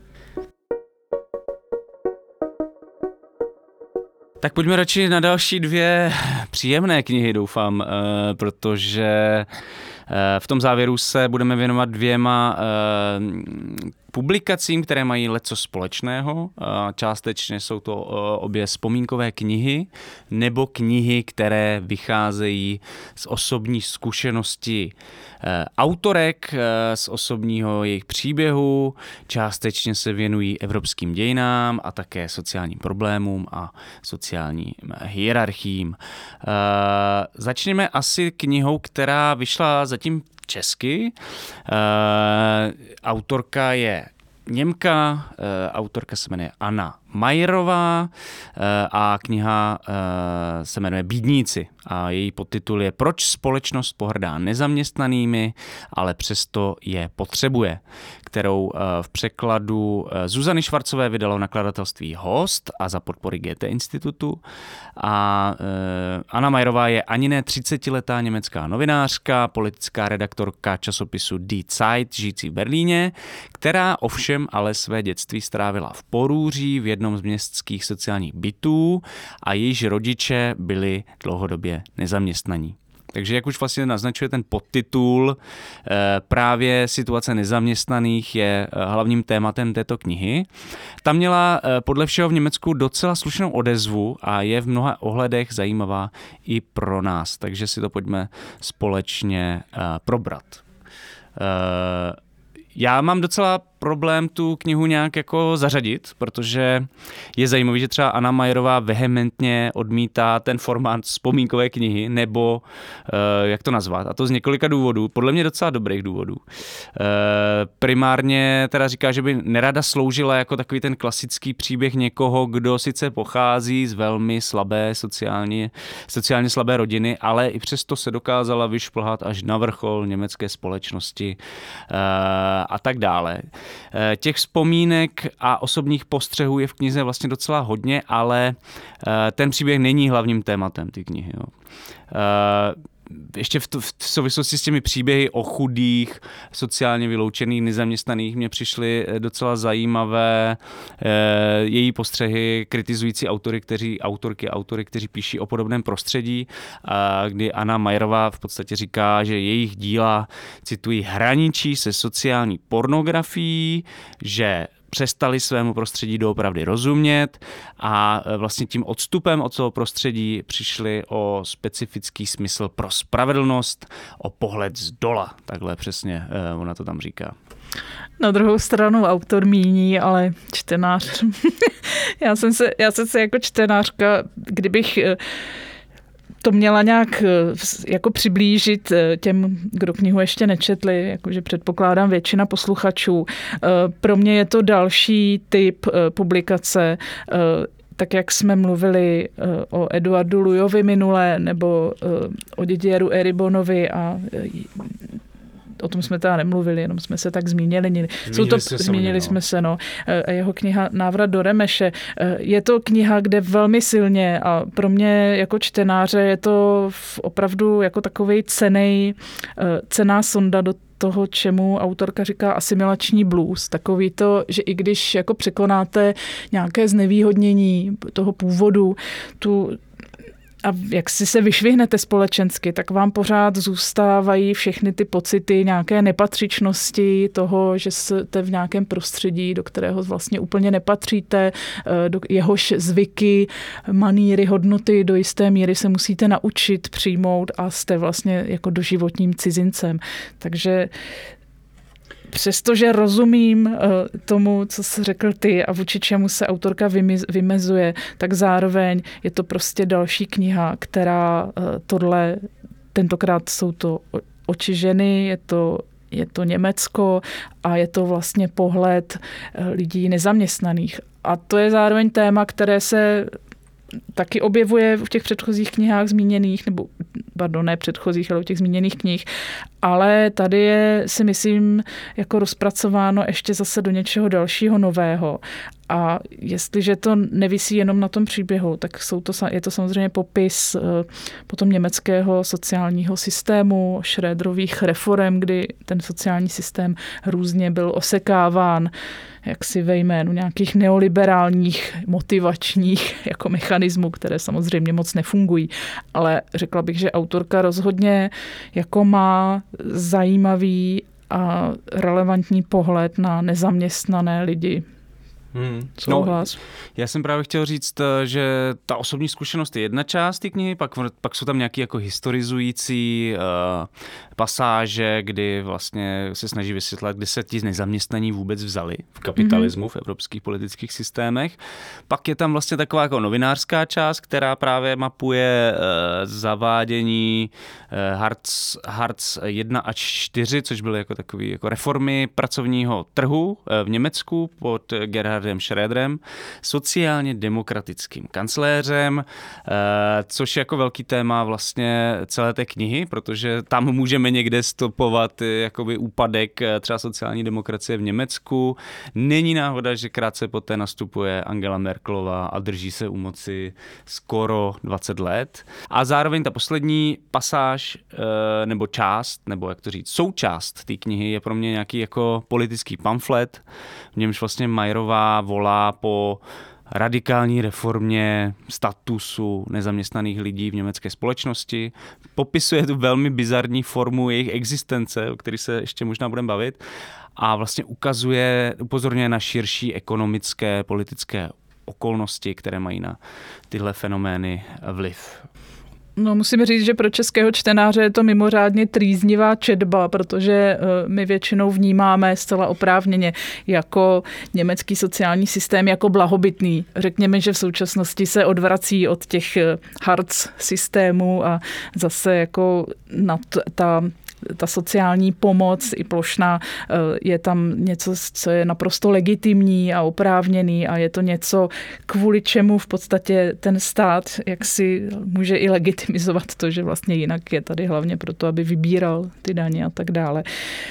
Tak pojďme radši na další dvě příjemné knihy, doufám, uh, protože v tom závěru se budeme věnovat dvěma uh, publikacím, které mají leco společného. Uh, částečně jsou to uh, obě vzpomínkové knihy nebo knihy, které vycházejí z osobní zkušenosti uh, autorek, uh, z osobního jejich příběhu. Částečně se věnují evropským dějinám a také sociálním problémům a sociálním hierarchiím. Uh, začněme asi knihou, která vyšla zatím česky. Uh, autorka je Němka, uh, autorka se jmenuje Anna Majerová uh, a kniha uh, se jmenuje Bídníci a její podtitul je Proč společnost pohrdá nezaměstnanými, ale přesto je potřebuje, kterou uh, v překladu uh, Zuzany Švarcové vydalo nakladatelství Host a za podpory Goethe institutu. A uh, Anna Majerová je ani ne třicetiletá německá novinářka, politická redaktorka časopisu Die Zeit, žijící v Berlíně, která ovšem ale své dětství strávila v Porúří v jednom z městských sociálních bytů a jejíž rodiče byli dlouhodobě nezaměstnaní. Takže jak už vlastně naznačuje ten podtitul, právě situace nezaměstnaných je hlavním tématem této knihy. Ta měla podle všeho v Německu docela slušnou odezvu a je v mnoha ohledech zajímavá i pro nás. Takže si to pojďme společně probrat. Já mám docela problém tu knihu nějak jako zařadit, protože je zajímavý, že třeba Anna Majerová vehementně odmítá ten formát vzpomínkové knihy, nebo uh, jak to nazvat, a to z několika důvodů, podle mě docela dobrých důvodů. Uh, primárně teda říká, že by nerada sloužila jako takový ten klasický příběh někoho, kdo sice pochází z velmi slabé sociálně, sociálně slabé rodiny, ale i přesto se dokázala vyšplhat až na vrchol německé společnosti uh, a tak dále. Těch vzpomínek a osobních postřehů je v knize vlastně docela hodně, ale ten příběh není hlavním tématem té knihy. Jo. Ještě v, to, v souvislosti s těmi příběhy o chudých, sociálně vyloučených, nezaměstnaných mě přišly docela zajímavé e, její postřehy kritizující autory, kteří, autorky a autory, kteří píší o podobném prostředí, a kdy Anna Majerová v podstatě říká, že jejich díla, cituji, hraničí se sociální pornografií, že přestali svému prostředí doopravdy rozumět a vlastně tím odstupem od toho prostředí přišli o specifický smysl pro spravedlnost, o pohled z dola. Takhle přesně ona to tam říká. Na druhou stranu autor míní, ale čtenář. já, jsem se, já jsem se jako čtenářka, kdybych to měla nějak jako přiblížit těm, kdo knihu ještě nečetli, jakože předpokládám většina posluchačů. Pro mě je to další typ publikace, tak jak jsme mluvili o Eduardu Lujovi minule, nebo o Didieru Eribonovi a o tom jsme teda nemluvili, jenom jsme se tak zmínili. Zmínili, Jsou to, se zmínili jsme se, no. Jeho kniha Návrat do Remeše. Je to kniha, kde velmi silně a pro mě jako čtenáře je to opravdu jako takovej cenej, cenná sonda do toho, čemu autorka říká asimilační blues. Takový to, že i když jako překonáte nějaké znevýhodnění toho původu, tu a jak si se vyšvihnete společensky, tak vám pořád zůstávají všechny ty pocity nějaké nepatřičnosti, toho, že jste v nějakém prostředí, do kterého vlastně úplně nepatříte, do jehož zvyky, maníry, hodnoty do jisté míry se musíte naučit přijmout a jste vlastně jako doživotním cizincem. Takže přestože rozumím tomu, co jsi řekl ty a vůči čemu se autorka vymezuje, tak zároveň je to prostě další kniha, která tohle, tentokrát jsou to oči ženy, je to, je to Německo a je to vlastně pohled lidí nezaměstnaných. A to je zároveň téma, které se taky objevuje v těch předchozích knihách zmíněných, nebo pardon, ne předchozích, ale u těch zmíněných knih, ale tady je, si myslím, jako rozpracováno ještě zase do něčeho dalšího nového. A jestliže to nevisí jenom na tom příběhu, tak jsou to, je to samozřejmě popis potom německého sociálního systému, Schröderových reforem, kdy ten sociální systém různě byl osekáván jaksi ve jménu nějakých neoliberálních motivačních jako mechanismů, které samozřejmě moc nefungují. Ale řekla bych, že autorka rozhodně jako má zajímavý a relevantní pohled na nezaměstnané lidi. Hmm. No, já jsem právě chtěl říct, že ta osobní zkušenost je jedna část té knihy, pak, pak jsou tam nějaké jako historizující uh, pasáže, kdy vlastně se snaží vysvětlit, kde se ti nezaměstnaní vůbec vzali v kapitalismu, mm-hmm. v evropských politických systémech. Pak je tam vlastně taková jako novinářská část, která právě mapuje uh, zavádění uh, Hartz, Hartz jedna až čtyři, což byly jako takové jako reformy pracovního trhu uh, v Německu pod Gerhardem Schröderem, sociálně demokratickým kancléřem, což je jako velký téma vlastně celé té knihy, protože tam můžeme někde stopovat jakoby úpadek třeba sociální demokracie v Německu. Není náhoda, že krátce poté nastupuje Angela Merkelová a drží se u moci skoro dvacet let. A zároveň ta poslední pasáž nebo část, nebo jak to říct, součást té knihy je pro mě nějaký jako politický pamflet, v němž vlastně Mayerová volá po radikální reformě statusu nezaměstnaných lidí v německé společnosti. Popisuje tu velmi bizarní formu jejich existence, o které se ještě možná budeme bavit, a vlastně ukazuje, upozorňuje na širší ekonomické, politické okolnosti, které mají na tyhle fenomény vliv. No, musím říct, že pro českého čtenáře je to mimořádně trýznivá četba, protože my většinou vnímáme zcela oprávněně jako německý sociální systém jako blahobytný. Řekněme, že v současnosti se odvrací od těch Hartz systémů a zase jako na ta ta sociální pomoc i plošná, je tam něco, co je naprosto legitimní a oprávněný a je to něco, kvůli čemu v podstatě ten stát jak si může i legitimizovat to, že vlastně jinak je tady hlavně proto, aby vybíral ty daně a tak dále.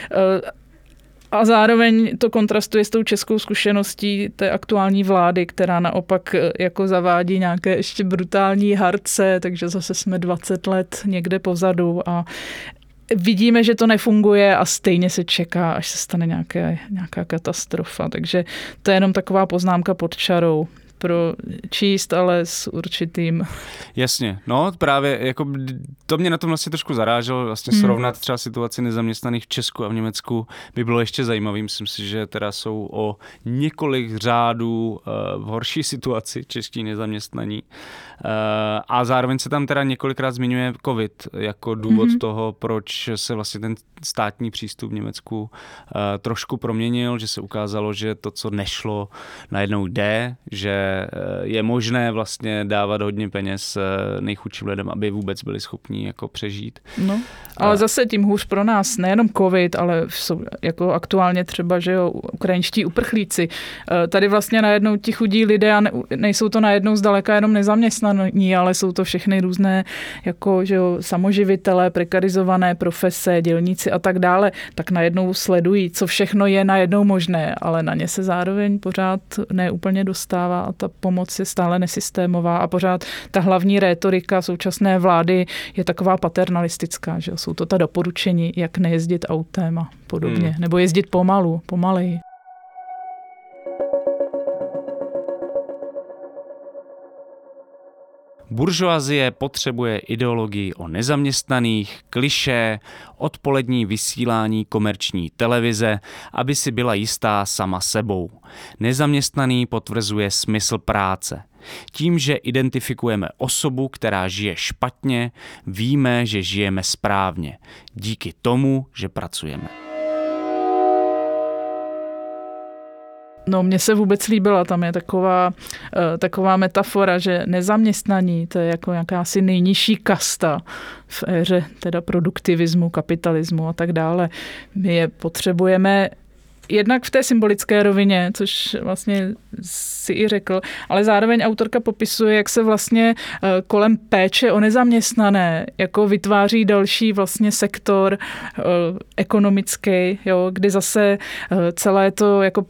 A zároveň to kontrastuje s tou českou zkušeností té aktuální vlády, která naopak jako zavádí nějaké ještě brutální harce, takže zase jsme dvacet let někde pozadu a vidíme, že to nefunguje a stejně se čeká, až se stane nějaké, nějaká katastrofa. Takže to je jenom taková poznámka pod čarou pro číst, ale s určitým... Jasně, no právě jako to mě na tom vlastně trošku zaráželo, vlastně hmm. srovnat třeba situaci nezaměstnaných v Česku a v Německu by bylo ještě zajímavý. Myslím si, že teda jsou o několik řádů uh, v horší situaci čeští nezaměstnaní. Uh, a zároveň se tam teda několikrát zmiňuje covid jako důvod hmm. toho, proč se vlastně ten státní přístup v Německu uh, trošku proměnil, že se ukázalo, že to, co nešlo, najednou jde, že je možné vlastně dávat hodně peněz nejchudším lidem, aby vůbec byli schopní jako přežít. No, ale a... zase tím hůř pro nás, nejenom covid, ale jsou jako aktuálně třeba, že jo, ukrajinští uprchlíci. Tady vlastně najednou ti chudí lidé a ne, nejsou to najednou zdaleka jenom nezaměstnaní, ale jsou to všechny různé jako, že jo, samoživitelé, prekarizované profese, dělníci a tak dále, tak najednou sledují, co všechno je najednou možné, ale na ně se zároveň pořád neúplně dostává a ta pomoc je stále nesystémová a pořád ta hlavní rétorika současné vlády je taková paternalistická, že jsou to ta doporučení, jak nejezdit autem a podobně, hmm. nebo jezdit pomalu, pomaleji. Buržoazie potřebuje ideologii o nezaměstnaných, klišé, odpolední vysílání komerční televize, aby si byla jistá sama sebou. Nezaměstnaný potvrzuje smysl práce. Tím, že identifikujeme osobu, která žije špatně, víme, že žijeme správně. Díky tomu, že pracujeme. No, mně se vůbec líbila, tam je taková, taková metafora, že nezaměstnaní, to je jako jakási nejnižší kasta v éře teda produktivismu, kapitalismu a tak dále. My je potřebujeme jednak v té symbolické rovině, což vlastně si i řekl, ale zároveň autorka popisuje, jak se vlastně kolem péče o nezaměstnané jako vytváří další vlastně sektor ekonomický, jo, kdy zase celé to jako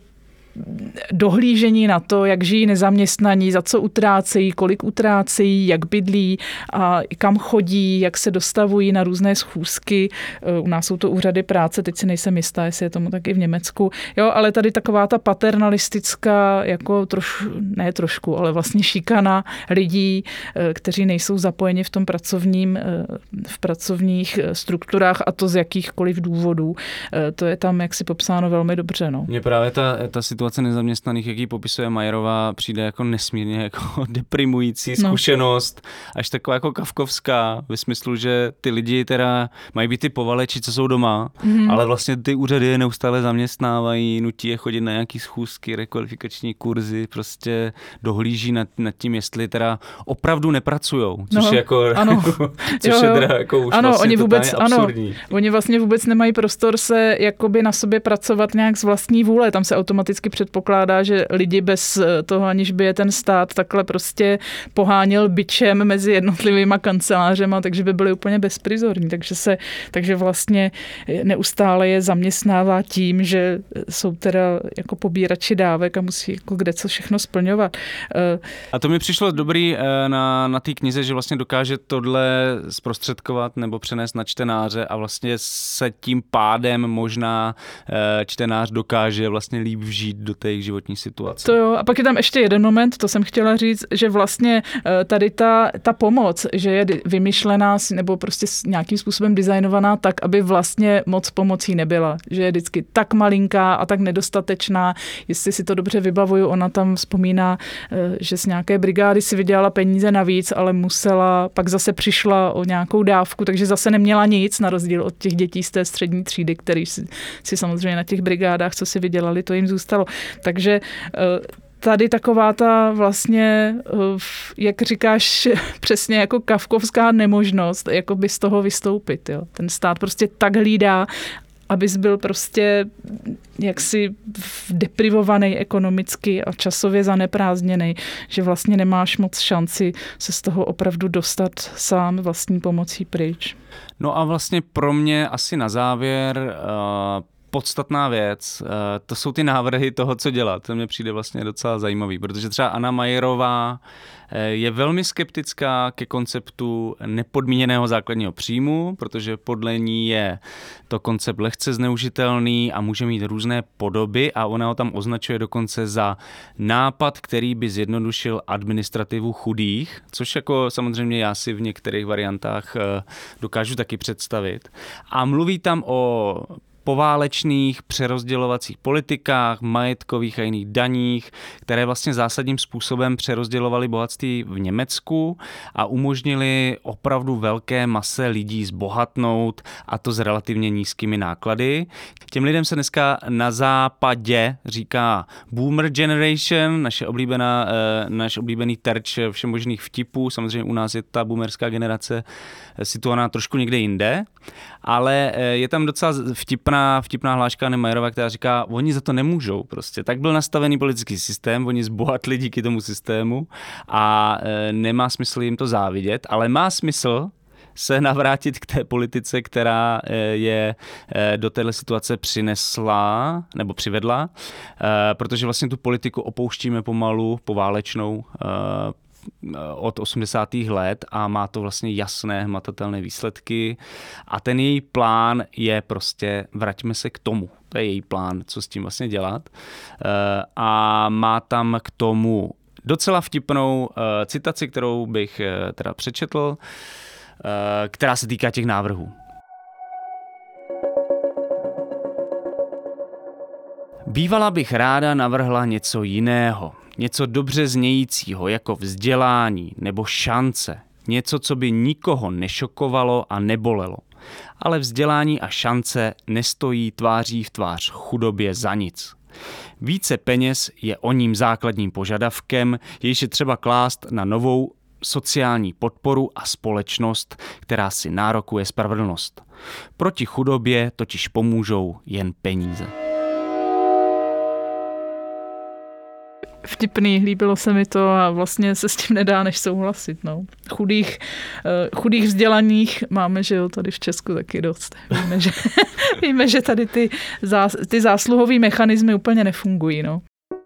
dohlížení na to, jak žijí nezaměstnaní, za co utrácejí, kolik utrácejí, jak bydlí a kam chodí, jak se dostavují na různé schůzky. U nás jsou to úřady práce, teď si nejsem jistá, jestli je tomu taky v Německu. Jo, ale tady taková ta paternalistická, jako trošku, ne trošku, ale vlastně šikana lidí, kteří nejsou zapojeni v tom pracovním, v pracovních strukturách a to z jakýchkoliv důvodů. To je tam jaksi popsáno velmi dobře. No. Mně právě ta, ta situace nezaměstnaných, jaký popisuje Majerová, přijde jako nesmírně jako deprimující zkušenost, no. Až taková jako kafkovská, ve smyslu, že ty lidi teda mají být ty povaleči, co jsou doma, mm. ale vlastně ty úřady je neustále zaměstnávají, nutí je chodit na nějaký schůzky, rekvalifikační kurzy, prostě dohlíží nad, nad tím, jestli teda opravdu nepracujou, což no, je jako, ano. což jo, je teda jako už ano, vlastně oni vůbec, absurdní. Ano, oni vlastně vůbec nemají prostor se jakoby na sobě pracovat nějak z vlastní vůle, tam se automaticky předpokládá, že lidi bez toho, aniž by je ten stát takhle prostě poháněl bičem mezi jednotlivýma kancelářema, takže by byli úplně bezprizorní. Takže se, takže vlastně neustále je zaměstnává tím, že jsou teda jako pobírači dávek a musí jako kde co všechno splňovat. A to mi přišlo dobrý na, na té knize, že vlastně dokáže tohle zprostředkovat nebo přenést na čtenáře a vlastně se tím pádem možná čtenář dokáže vlastně líp vžít do té jejich životní situace. To jo, a pak je tam ještě jeden moment, to jsem chtěla říct, že vlastně tady ta, ta pomoc, že je vymyšlená nebo prostě nějakým způsobem designovaná tak, aby vlastně moc pomocí nebyla. Že je vždycky tak malinká a tak nedostatečná. Jestli si to dobře vybavuju, ona tam vzpomíná, že z nějaké brigády si vydělala peníze navíc, ale musela, pak zase přišla o nějakou dávku, takže zase neměla nic, na rozdíl od těch dětí z té střední třídy, který si, si samozřejmě na těch brigádách, co si vydělali, to jim zůstalo. Takže tady taková ta vlastně, jak říkáš, přesně jako kafkovská nemožnost, jako by z toho vystoupit. Jo. Ten stát prostě tak hlídá, abys byl prostě jaksi deprivovaný ekonomicky a časově zaneprázdněný, že vlastně nemáš moc šanci se z toho opravdu dostat sám vlastní pomocí pryč. No a vlastně pro mě asi na závěr uh... podstatná věc, to jsou ty návrhy toho, co dělat. To mně přijde vlastně docela zajímavý, protože třeba Anna Majerová je velmi skeptická ke konceptu nepodmíněného základního příjmu, protože podle ní je to koncept lehce zneužitelný a může mít různé podoby a ona ho tam označuje dokonce za nápad, který by zjednodušil administrativu chudých, což jako samozřejmě já si v některých variantách dokážu taky představit. A mluví tam o poválečných přerozdělovacích politikách, majetkových a jiných daních, které vlastně zásadním způsobem přerozdělovaly bohatství v Německu a umožnili opravdu velké mase lidí zbohatnout, a to s relativně nízkými náklady. Těm lidem se dneska na západě říká boomer generation, naše oblíbená, naš oblíbený terč všemožných vtipů. Samozřejmě u nás je ta boomerská generace situovaná trošku někde jinde, ale je tam docela vtipná, vtipná hláška Anny Majerové, která říká, oni za to nemůžou prostě. Tak byl nastavený politický systém, oni zbohatli díky tomu systému a nemá smysl jim to závidět, ale má smysl se navrátit k té politice, která je do téhle situace přinesla nebo přivedla, protože vlastně tu politiku opouštíme pomalu, poválečnou, od osmdesátých let a má to vlastně jasné, hmatatelné výsledky a ten její plán je prostě vraťme se k tomu. To je její plán, co s tím vlastně dělat a má tam k tomu docela vtipnou citaci, kterou bych teda přečetl, která se týká těch návrhů. Bývala bych ráda navrhla něco jiného, něco dobře znějícího jako vzdělání nebo šance, něco, co by nikoho nešokovalo a nebolelo. Ale vzdělání a šance nestojí tváří v tvář chudobě za nic. Více peněz je o ním základním požadavkem, jejž je třeba klást na novou sociální podporu a společnost, která si nárokuje spravedlnost. Proti chudobě totiž pomůžou jen peníze. Vtipný, líbilo se mi to a vlastně se s tím nedá než souhlasit. No. Chudých, chudých vzdělaných máme, že jo, tady v Česku taky dost. Víme, že, víme, že tady ty, zás, ty zásluhové mechanismy úplně nefungují. No.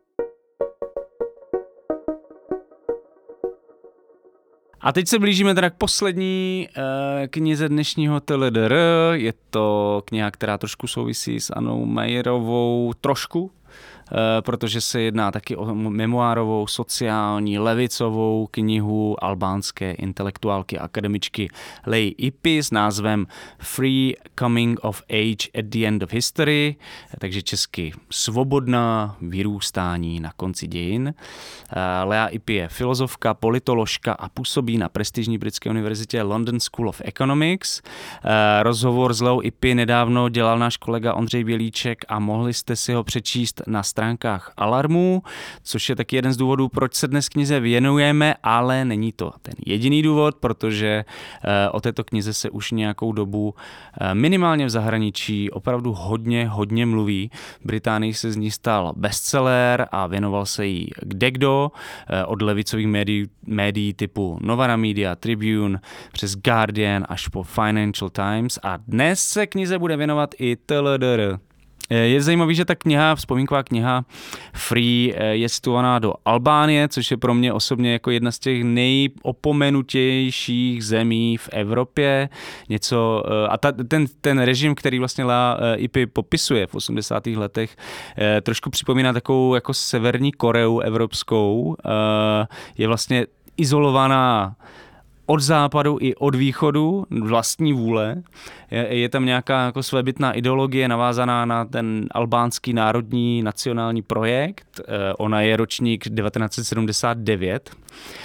A teď se blížíme teda k poslední uh, knize dnešního T L D R. Je to kniha, která trošku souvisí s Annou Majerovou, trošku, protože se jedná taky o memoárovou, sociální, levicovou knihu albánské intelektuálky a akademičky Lej Ipi s názvem Free Coming of Age at the End of History, takže česky Svobodná vyrůstání na konci dějin. Lea Ipi je filozofka, politoložka a působí na prestižní britské univerzitě London School of Economics. Rozhovor s Leou Ipi nedávno dělal náš kolega Ondřej Bělíček a mohli jste si ho přečíst na stránkách Alarmu, což je taky jeden z důvodů, proč se dnes knize věnujeme, ale není to ten jediný důvod, protože o této knize se už nějakou dobu minimálně v zahraničí opravdu hodně, hodně mluví. V Británii se z ní stal bestseller a věnoval se jí kdekdo, od levicových médií, médií typu Novara Media, Tribune, přes Guardian až po Financial Times a dnes se knize bude věnovat i T L D R. Je zajímavý, že ta kniha, vzpomínková kniha Free, je situovaná do Albánie, což je pro mě osobně jako jedna z těch nejopomenutějších zemí v Evropě. Něco, a ta, ten, ten režim, který vlastně Lea Ipi popisuje v osmdesátých letech, trošku připomíná takovou jako severní Koreu evropskou. Je vlastně izolovaná od západu i od východu, vlastní vůle. Je, je tam nějaká jako svébytná ideologie navázaná na ten albánský národní nacionální projekt. Ona je ročník devatenáct set sedmdesát devět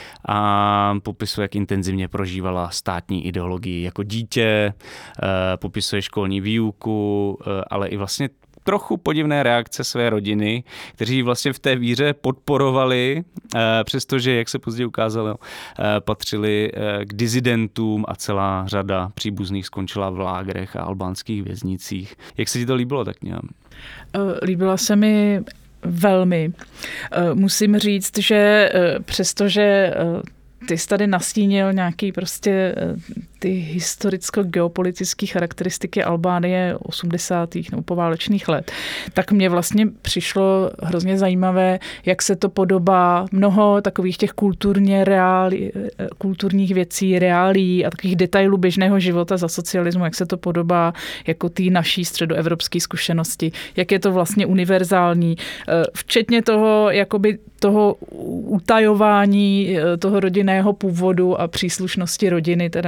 a popisuje, jak intenzivně prožívala státní ideologii jako dítě, popisuje školní výuku, ale i vlastně trochu podivné reakce své rodiny, kteří vlastně v té víře podporovali, přestože, jak se později ukázalo, patřili k disidentům a celá řada příbuzných skončila v lágrech a albánských věznicích. Jak se ti to líbilo tak nějak? Líbila se mi velmi. Musím říct, že přestože ty jsi tady nastínil nějaký prostě ty historicko-geopolitické charakteristiky Albánie osmdesátých nebo poválečných let, tak mně vlastně přišlo hrozně zajímavé, jak se to podobá mnoho takových těch kulturně reálí, kulturních věcí, reálí a takových detailů běžného života za socialismu, jak se to podobá jako té naší středoevropské zkušenosti, jak je to vlastně univerzální, včetně toho, jakoby toho utajování toho rodinného původu a příslušnosti rodiny teda k nějaké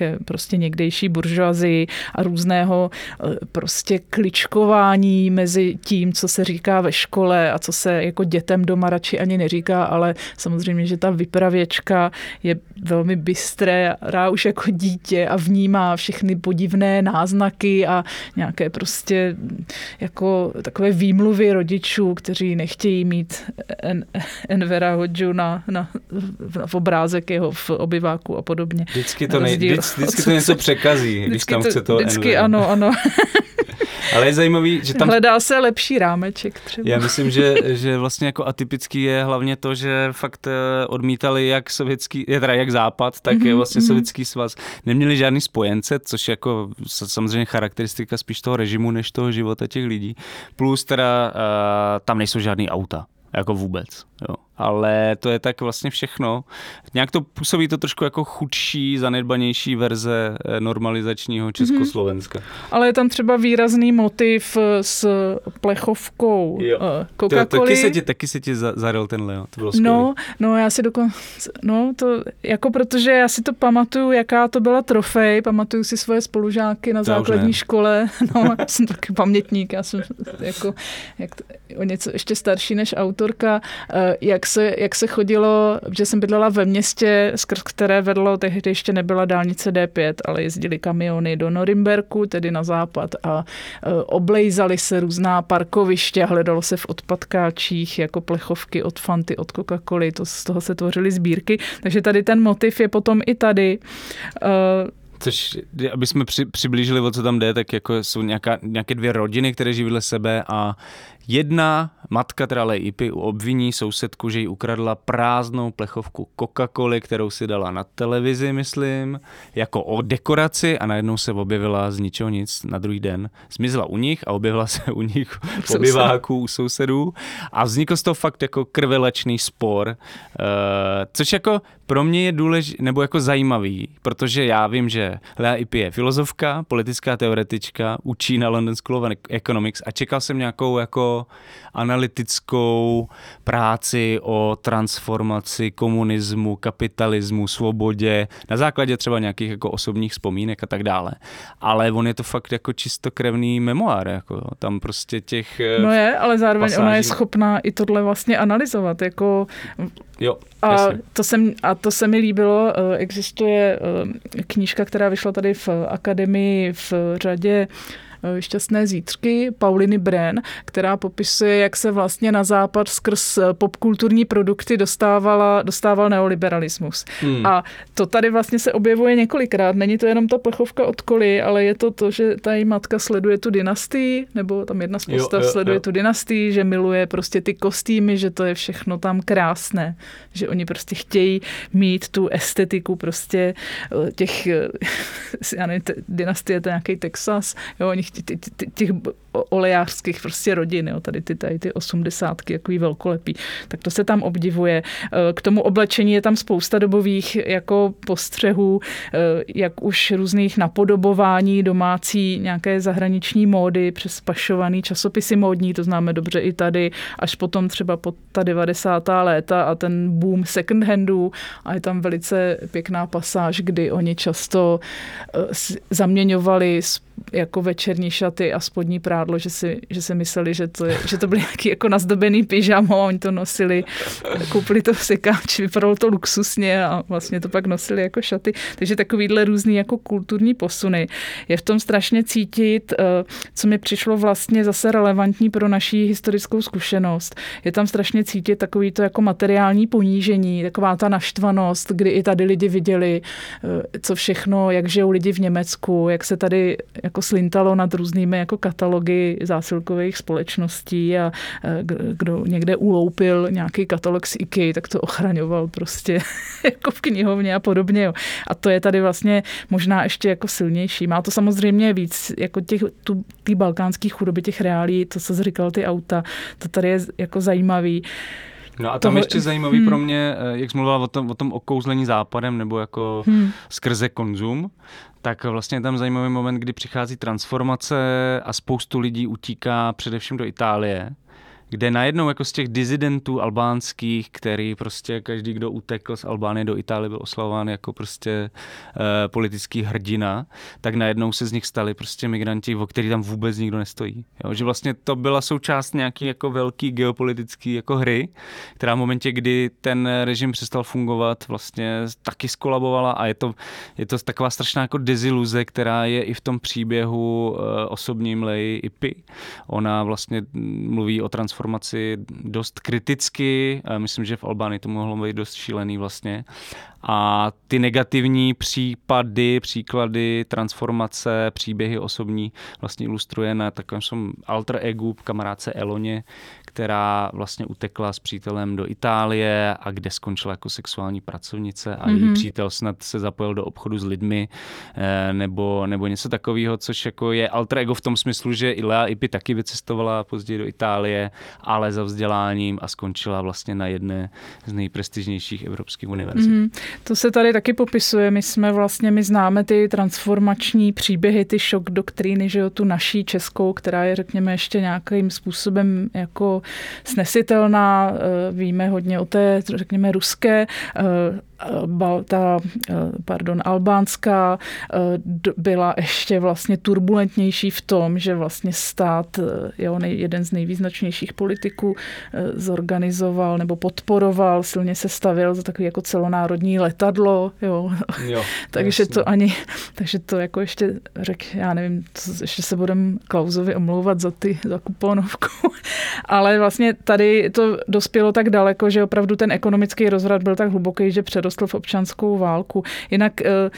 nějaké prostě někdejší buržoazii a různého prostě kličkování mezi tím, co se říká ve škole a co se jako dětem doma radši ani neříká, ale samozřejmě, že ta vypravěčka je velmi bystré, rá už jako dítě a vnímá všechny podivné náznaky a nějaké prostě jako takové výmluvy rodičů, kteří nechtějí mít en, Envera Hodžu na, na, v obrázek jeho v obyváku a podobně. Vždycky to, nej, vždycky, vždycky to něco překazí, když tam to, chce to vždycky Envera. ano, ano. Ale je zajímavý, že tam... Hledá se lepší rámeček třeba. Já myslím, že, že vlastně jako atypický je hlavně to, že fakt odmítali jak sovětský, je teda jak západ, tak mm-hmm, je vlastně mm-hmm. sovětský svaz. Neměli žádný spojence, což je jako samozřejmě charakteristika spíš toho režimu, než toho života těch lidí. Plus teda uh, tam nejsou žádný auta. Jako vůbec, jo. Ale to je tak vlastně všechno. Nějak to působí to trošku jako chudší, zanedbanější verze normalizačního Československa. Mm-hmm. Ale je tam třeba výrazný motiv s plechovkou Coca-Coly. To, taky se ti, taky se ti zaril tenhle, jo. To bylo skvělý. No, no, já si dokonce, no to, jako protože já si to pamatuju, jaká to byla trofej, pamatuju si svoje spolužáky na to základní škole, no, já jsem taky pamětník, já jsem jako jak, o něco ještě starší než autorka, jak se, jak se chodilo, že jsem bydlela ve městě, skrz které vedlo, tehdy ještě nebyla dálnice D pět, ale jezdili kamiony do Norimberku, tedy na západ a oblejzali se různá parkoviště a hledalo se v odpadkáčích jako plechovky od Fanty, od Coca-Coly, to, z toho se tvořily sbírky, takže tady ten motiv je potom i tady. Což, aby jsme při, přiblížili, o co tam jde, tak jako jsou nějaká, nějaké dvě rodiny, které živí vedle sebe a jedna matka, teda Lejipy, obviní sousedku, že jí ukradla prázdnou plechovku Coca-Coly, kterou si dala na televizi, myslím, jako o dekoraci a najednou se objevila z ničeho nic na druhý den. Zmizela u nich a objevila se u nich v obyváku u sousedů a vznikl z toho fakt jako krvelačný spor, uh, což jako pro mě je důležitý, nebo jako zajímavý, protože já vím, že Lejipy je filozofka, politická teoretička, učí na London School of Economics a čekal jsem nějakou jako analytickou práci o transformaci komunismu, kapitalismu, svobodě, na základě třeba nějakých jako osobních vzpomínek a tak dále. Ale on je to fakt jako čistokrevný memoár, jako tam prostě těch No je, ale zároveň pasáží... ona je schopná i tohle vlastně analyzovat, jako Jo, a to, se, a to se mi líbilo, existuje knížka, která vyšla tady v akademii v řadě Šťastné zítřky Pauliny Bren, která popisuje, jak se vlastně na západ skrz popkulturní produkty dostávala, dostával neoliberalismus. Hmm. A to tady vlastně se objevuje několikrát. Není to jenom ta plechovka od Coly, ale je to to, že ta její matka sleduje tu dynastii, nebo tam jedna z postav jo, jo, sleduje jo. tu dynastii, že miluje prostě ty kostýmy, že to je všechno tam krásné. Že oni prostě chtějí mít tu estetiku prostě těch, já nevím, dynastie, to je nějaký Texas, jo, oni těch olejářských prostě rodin, jo, tady ty, tady ty osmdesátky, takový velkolepý, tak to se tam obdivuje. K tomu oblečení je tam spousta dobových jako postřehů, jak už různých napodobování domácí nějaké zahraniční módy přes pašovaný časopisy módní, to známe dobře i tady, až potom třeba pod ta devadesátá léta a ten boom second handů a je tam velice pěkná pasáž, kdy oni často zaměňovali jako večerní šaty a spodní prádlo, že si, že si mysleli, že to, je, že to byly nějaký jako nazdobený pyžamo a oni to nosili, koupili to v sekáči, vypadalo to luxusně a vlastně to pak nosili jako šaty. Takže takovýhle různý jako kulturní posuny. Je v tom strašně cítit, co mi přišlo vlastně zase relevantní pro naší historickou zkušenost. Je tam strašně cítit takový to jako materiální ponížení, taková ta naštvanost, kdy i tady lidi viděli, co všechno, jak žijou lidi v Německu, jak se tady jako slintalo nad různými jako katalogy zásilkových společností a kdo někde uloupil nějaký katalog z IKEA, tak to ochraňoval prostě jako v knihovně a podobně. Jo. A to je tady vlastně možná ještě jako silnější. Má to samozřejmě víc jako těch, tu, ty balkánský chudoby, těch reálí, to, co jsi říkal, ty auta, to tady je jako zajímavý. No a tam Toho, ještě zajímavý hmm. pro mě, jak jsi mluvila o tom, o tom okouzlení západem nebo jako hmm. skrze konzum, tak vlastně je tam zajímavý moment, kdy přichází transformace a spoustu lidí utíká především do Itálie, kde najednou jako z těch disidentů albánských, který prostě každý, kdo utekl z Albánie do Itálie, byl oslavován jako prostě uh, politický hrdina, tak najednou se z nich stali prostě migranti, o který tam vůbec nikdo nestojí. Jo? Že vlastně to byla součást nějaký jako velký geopolitický jako hry, která v momentě, kdy ten režim přestal fungovat, vlastně taky skolabovala a je to, je to taková strašná jako deziluze, která je i v tom příběhu uh, osobním Leji Ipi. Ona vlastně mluví o transformaci dost kriticky, uh, myslím, že v Albánii to mohlo být dost šílený vlastně. A ty negativní případy, příklady, transformace, příběhy osobní vlastně ilustruje na takovém svém alter egu kamarádce Eloně, která vlastně utekla s přítelem do Itálie a kde skončila jako sexuální pracovnice a mm-hmm. její přítel snad se zapojil do obchodu s lidmi nebo, nebo něco takového, což jako je alter ego v tom smyslu, že i Lea Ipi taky vycestovala později do Itálie, ale za vzděláním a skončila vlastně na jedné z nejprestižnějších evropských univerzit. Mm-hmm. To se tady taky popisuje. My jsme vlastně, my známe ty transformační příběhy, ty šok doktríny, že jo, tu naší českou, která je, řekněme, ještě nějakým způsobem jako snesitelná. Víme hodně o té, řekněme, ruské, ta, pardon, albánská byla ještě vlastně turbulentnější v tom, že vlastně stát, jo, jeden z nejvýznačnějších politiků zorganizoval nebo podporoval, silně se stavěl za takový jako celonárodní letadlo, jo. jo takže jasně. to ani, takže to jako ještě řek, já nevím, to, ještě se budem Klausovi omlouvat za ty, za kuponovku, ale vlastně tady to dospělo tak daleko, že opravdu ten ekonomický rozvrat byl tak hluboký, že předostl v občanskou válku. Jinak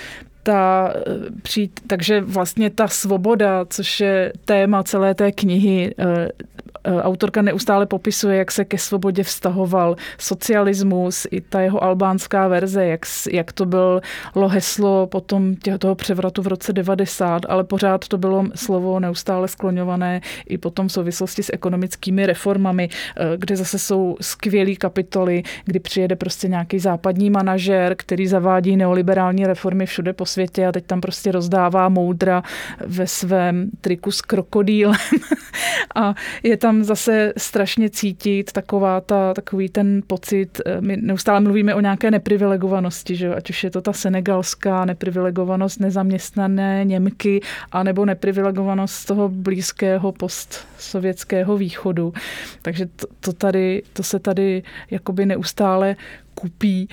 ta, přijít, takže vlastně ta svoboda, což je téma celé té knihy, autorka neustále popisuje, jak se ke svobodě vztahoval socialismus, i ta jeho albánská verze, jak, jak to bylo heslo potom těch, toho převratu v roce devadesát, ale pořád to bylo slovo neustále skloňované i potom v souvislosti s ekonomickými reformami, kde zase jsou skvělý kapitoly, kdy přijede prostě nějaký západní manažer, který zavádí neoliberální reformy všude po světě a teď tam prostě rozdává moudra ve svém triku s krokodýlem a je tam zase strašně cítit taková ta, takový ten pocit, my neustále mluvíme o nějaké neprivilegovanosti, že? Ať už je to ta senegalská neprivilegovanost nezaměstnané Němky, anebo neprivilegovanost z toho blízkého postsovětského východu. Takže to, to, tady, to se tady jakoby neustále kupí.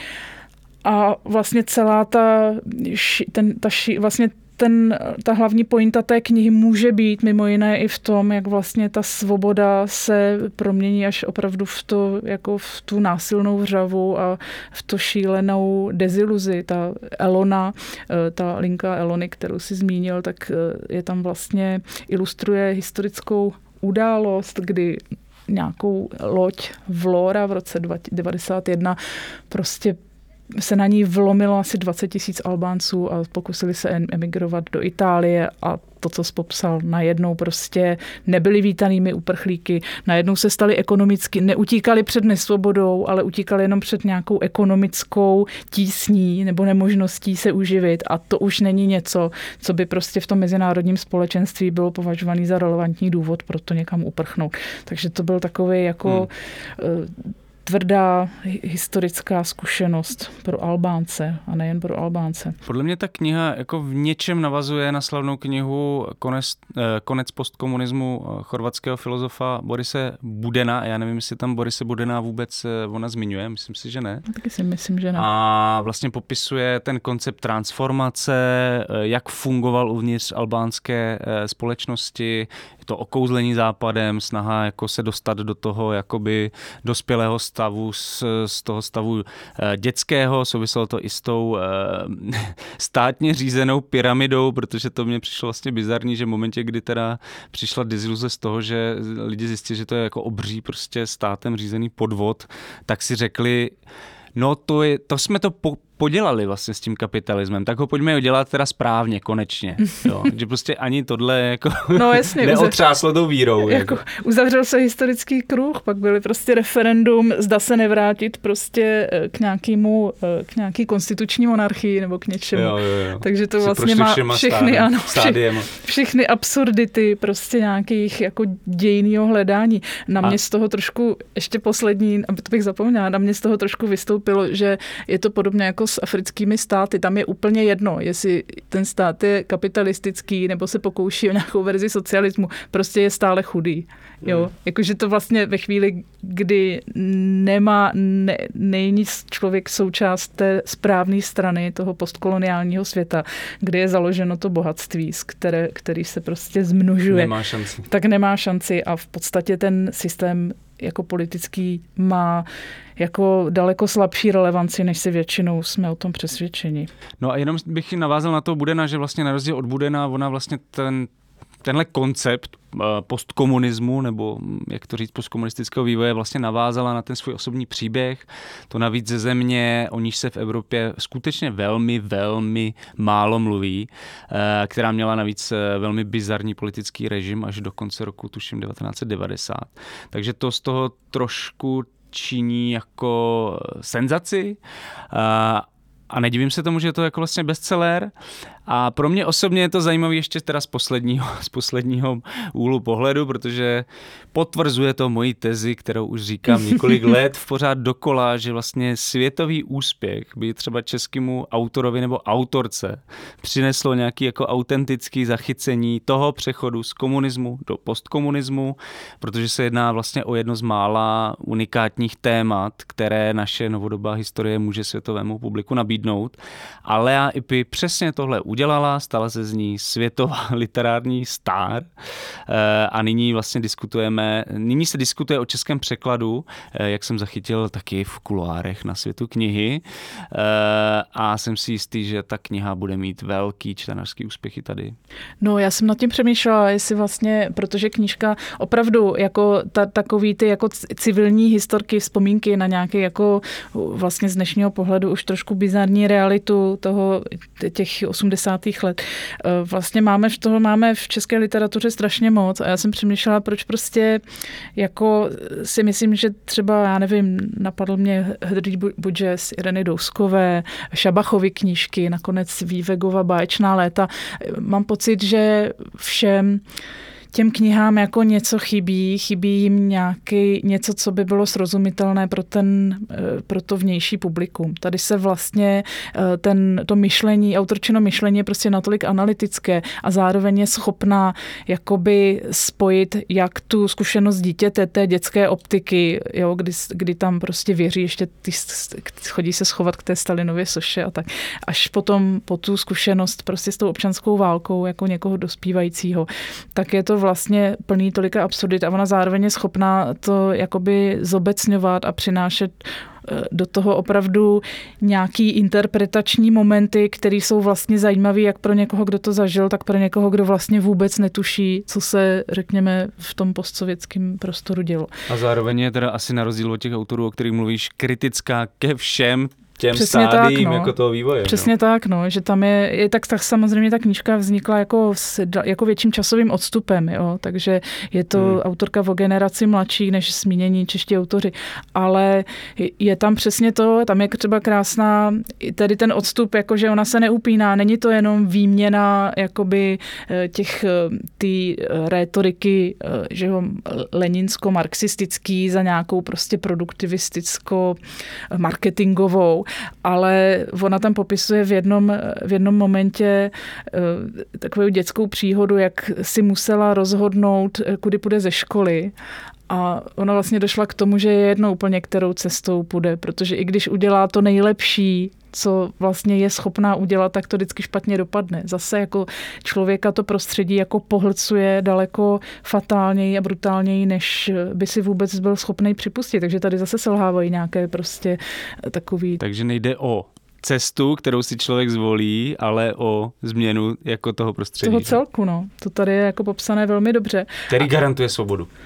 A vlastně celá ta, ten, ta ši, vlastně ten, ta hlavní pointa té knihy může být mimo jiné i v tom, jak vlastně ta svoboda se promění až opravdu v, to, jako v tu násilnou vřavu a v to šílenou deziluzi. Ta Elona, ta linka Elony, kterou si zmínil, tak je tam vlastně, ilustruje historickou událost, kdy nějakou loď Vlora v roce devadesát jedna prostě se na ní vlomilo asi dvacet tisíc Albánců a pokusili se emigrovat do Itálie a to, co jsi popsal, najednou prostě nebyli vítanými uprchlíky, najednou se stali ekonomicky, neutíkali před nesvobodou, ale utíkali jenom před nějakou ekonomickou tísní nebo nemožností se uživit a to už není něco, co by prostě v tom mezinárodním společenství bylo považovaný za relevantní důvod pro to někam uprchnout. Takže to byl takový jako hmm. tvrdá historická zkušenost pro Albánce a nejen pro Albánce. Podle mě ta kniha jako v něčem navazuje na slavnou knihu Konec, konec postkomunismu chorvatského filozofa Borise Budena. Já nevím, jestli tam Borise Budena vůbec ona zmiňuje, myslím si, že ne. Taky si myslím, že ne. A vlastně popisuje ten koncept transformace, jak fungoval uvnitř albánské společnosti, to okouzlení západem, snaha jako se dostat do toho jakoby dospělého stavu, z, z toho stavu dětského, souviselo to i s tou státně řízenou pyramidou, protože to mně přišlo vlastně bizarní, že v momentě, kdy teda přišla deziluze z toho, že lidi zjistili, že to je jako obří prostě státem řízený podvod, tak si řekli, no to, je, to jsme to po, podělali vlastně s tím kapitalismem, tak ho pojďme ho dělat teda správně, konečně. Jo. Že prostě ani tohle jako no, jasně, neotřáslo tou vírou. Jako, jako. Uzavřel se historický kruh, pak byly prostě referendum, zda se nevrátit prostě k nějakému, k nějaký konstituční monarchii nebo k něčemu. Jo, jo, jo. Takže to vlastně má všechny, ano, vši, všechny absurdity prostě nějakých jako dějinného hledání. Na mě A... z toho trošku, ještě poslední, aby to bych zapomněla, na mě z toho trošku vystoupilo, že je to podobně jako s africkými státy. Tam je úplně jedno, jestli ten stát je kapitalistický nebo se pokouší o nějakou verzi socialismu. Prostě je stále chudý. Jo? Hmm. Jakože to vlastně ve chvíli, kdy nemá, ne, není člověk součást té správné strany toho postkoloniálního světa, kde je založeno to bohatství, které, který se prostě zmnožuje. Nemá šanci. Tak nemá šanci a v podstatě ten systém jako politický má jako daleko slabší relevanci, než si většinou jsme o tom přesvědčeni. No a jenom bych navázal na to Budena, že vlastně na rozdíl od Budena, ona vlastně ten tenhle koncept postkomunismu, nebo jak to říct, postkomunistického vývoje vlastně navázala na ten svůj osobní příběh. To navíc ze země, o níž se v Evropě skutečně velmi, velmi málo mluví, která měla navíc velmi bizarní politický režim až do konce roku, tuším, devatenáct set devadesát. Takže to z toho trošku činí jako senzaci. A nedivím se tomu, že je to jako vlastně bestseller. A pro mě osobně je to zajímavé ještě teda z posledního, z posledního úhlu pohledu, protože potvrzuje to moji tezi, kterou už říkám několik let v pořád dokola, že vlastně světový úspěch by třeba českému autorovi nebo autorce přineslo nějaký jako autentický zachycení toho přechodu z komunismu do postkomunismu, protože se jedná vlastně o jedno z mála unikátních témat, které naše novodobá historie může světovému publiku nabídnout. A Lea Ypi přesně tohle udělala, stala se z ní světová literární star a nyní vlastně diskutujeme, nyní se diskutuje o českém překladu, jak jsem zachytil taky v kuloárech na Světu knihy a jsem si jistý, že ta kniha bude mít velký čtenářský úspěch i tady. No já jsem nad tím přemýšlela, jestli vlastně, protože knížka opravdu jako ta, takový ty jako civilní historky, vzpomínky na nějaké jako vlastně z dnešního pohledu už trošku bizarní realitu toho těch osmdesátých let. Vlastně máme v toho máme v české literatuře strašně moc a já jsem přemýšlela, proč prostě jako si myslím, že třeba, já nevím, napadl mě Hrdý budže z Ireny Douskové, Šabachovy knížky, nakonec Vývegova Báječná léta. Mám pocit, že všem těm knihám jako něco chybí, chybí jim nějaký, něco, co by bylo srozumitelné pro, ten, pro to vnější publikum. Tady se vlastně ten, to myšlení, autorčino myšlení je prostě natolik analytické a zároveň je schopná jakoby spojit jak tu zkušenost dítěte, té dětské optiky, jo, kdy, kdy tam prostě věří, ještě ty, chodí se schovat k té Stalinově soše a tak, až potom po tu zkušenost prostě s tou občanskou válkou jako někoho dospívajícího, tak je to vlastně plný tolika absurdit a ona zároveň je schopná to jakoby zobecňovat a přinášet do toho opravdu nějaký interpretační momenty, které jsou vlastně zajímavé jak pro někoho, kdo to zažil, tak pro někoho, kdo vlastně vůbec netuší, co se, řekněme, v tom postsovětském prostoru dělo. A zároveň je teda asi na rozdíl od těch autorů, o kterých mluvíš, kritická ke všem těm Přesně stádiím tak, no. jako toho vývoje. Přesně no. tak, no, že tam je, je tak, tak samozřejmě ta knížka vznikla jako, s, jako větším časovým odstupem, jo, takže je to hmm. autorka o generaci mladší než zmínění čeští autoři, ale je tam přesně to, tam je třeba krásná, tedy ten odstup, jakože ona se neupíná, není to jenom výměna jakoby těch, ty rétoriky, že jo, leninsko-marxistický za nějakou prostě produktivisticko-marketingovou, ale ona tam popisuje v jednom, v jednom momentě takovou dětskou příhodu, jak si musela rozhodnout, kudy půjde ze školy. A ona vlastně došla k tomu, že je jedno úplně, kterou cestou půjde, protože i když udělá to nejlepší, co vlastně je schopná udělat, tak to vždycky špatně dopadne. Zase jako člověka to prostředí jako pohlcuje daleko fatálněji a brutálněji, než by si vůbec byl schopný připustit. Takže tady zase selhávají nějaké prostě takový... Takže nejde o cestu, kterou si člověk zvolí, ale o změnu jako toho prostředí. Toho celku, no. To tady je jako popsané velmi dobře. Který garantuje svobodu.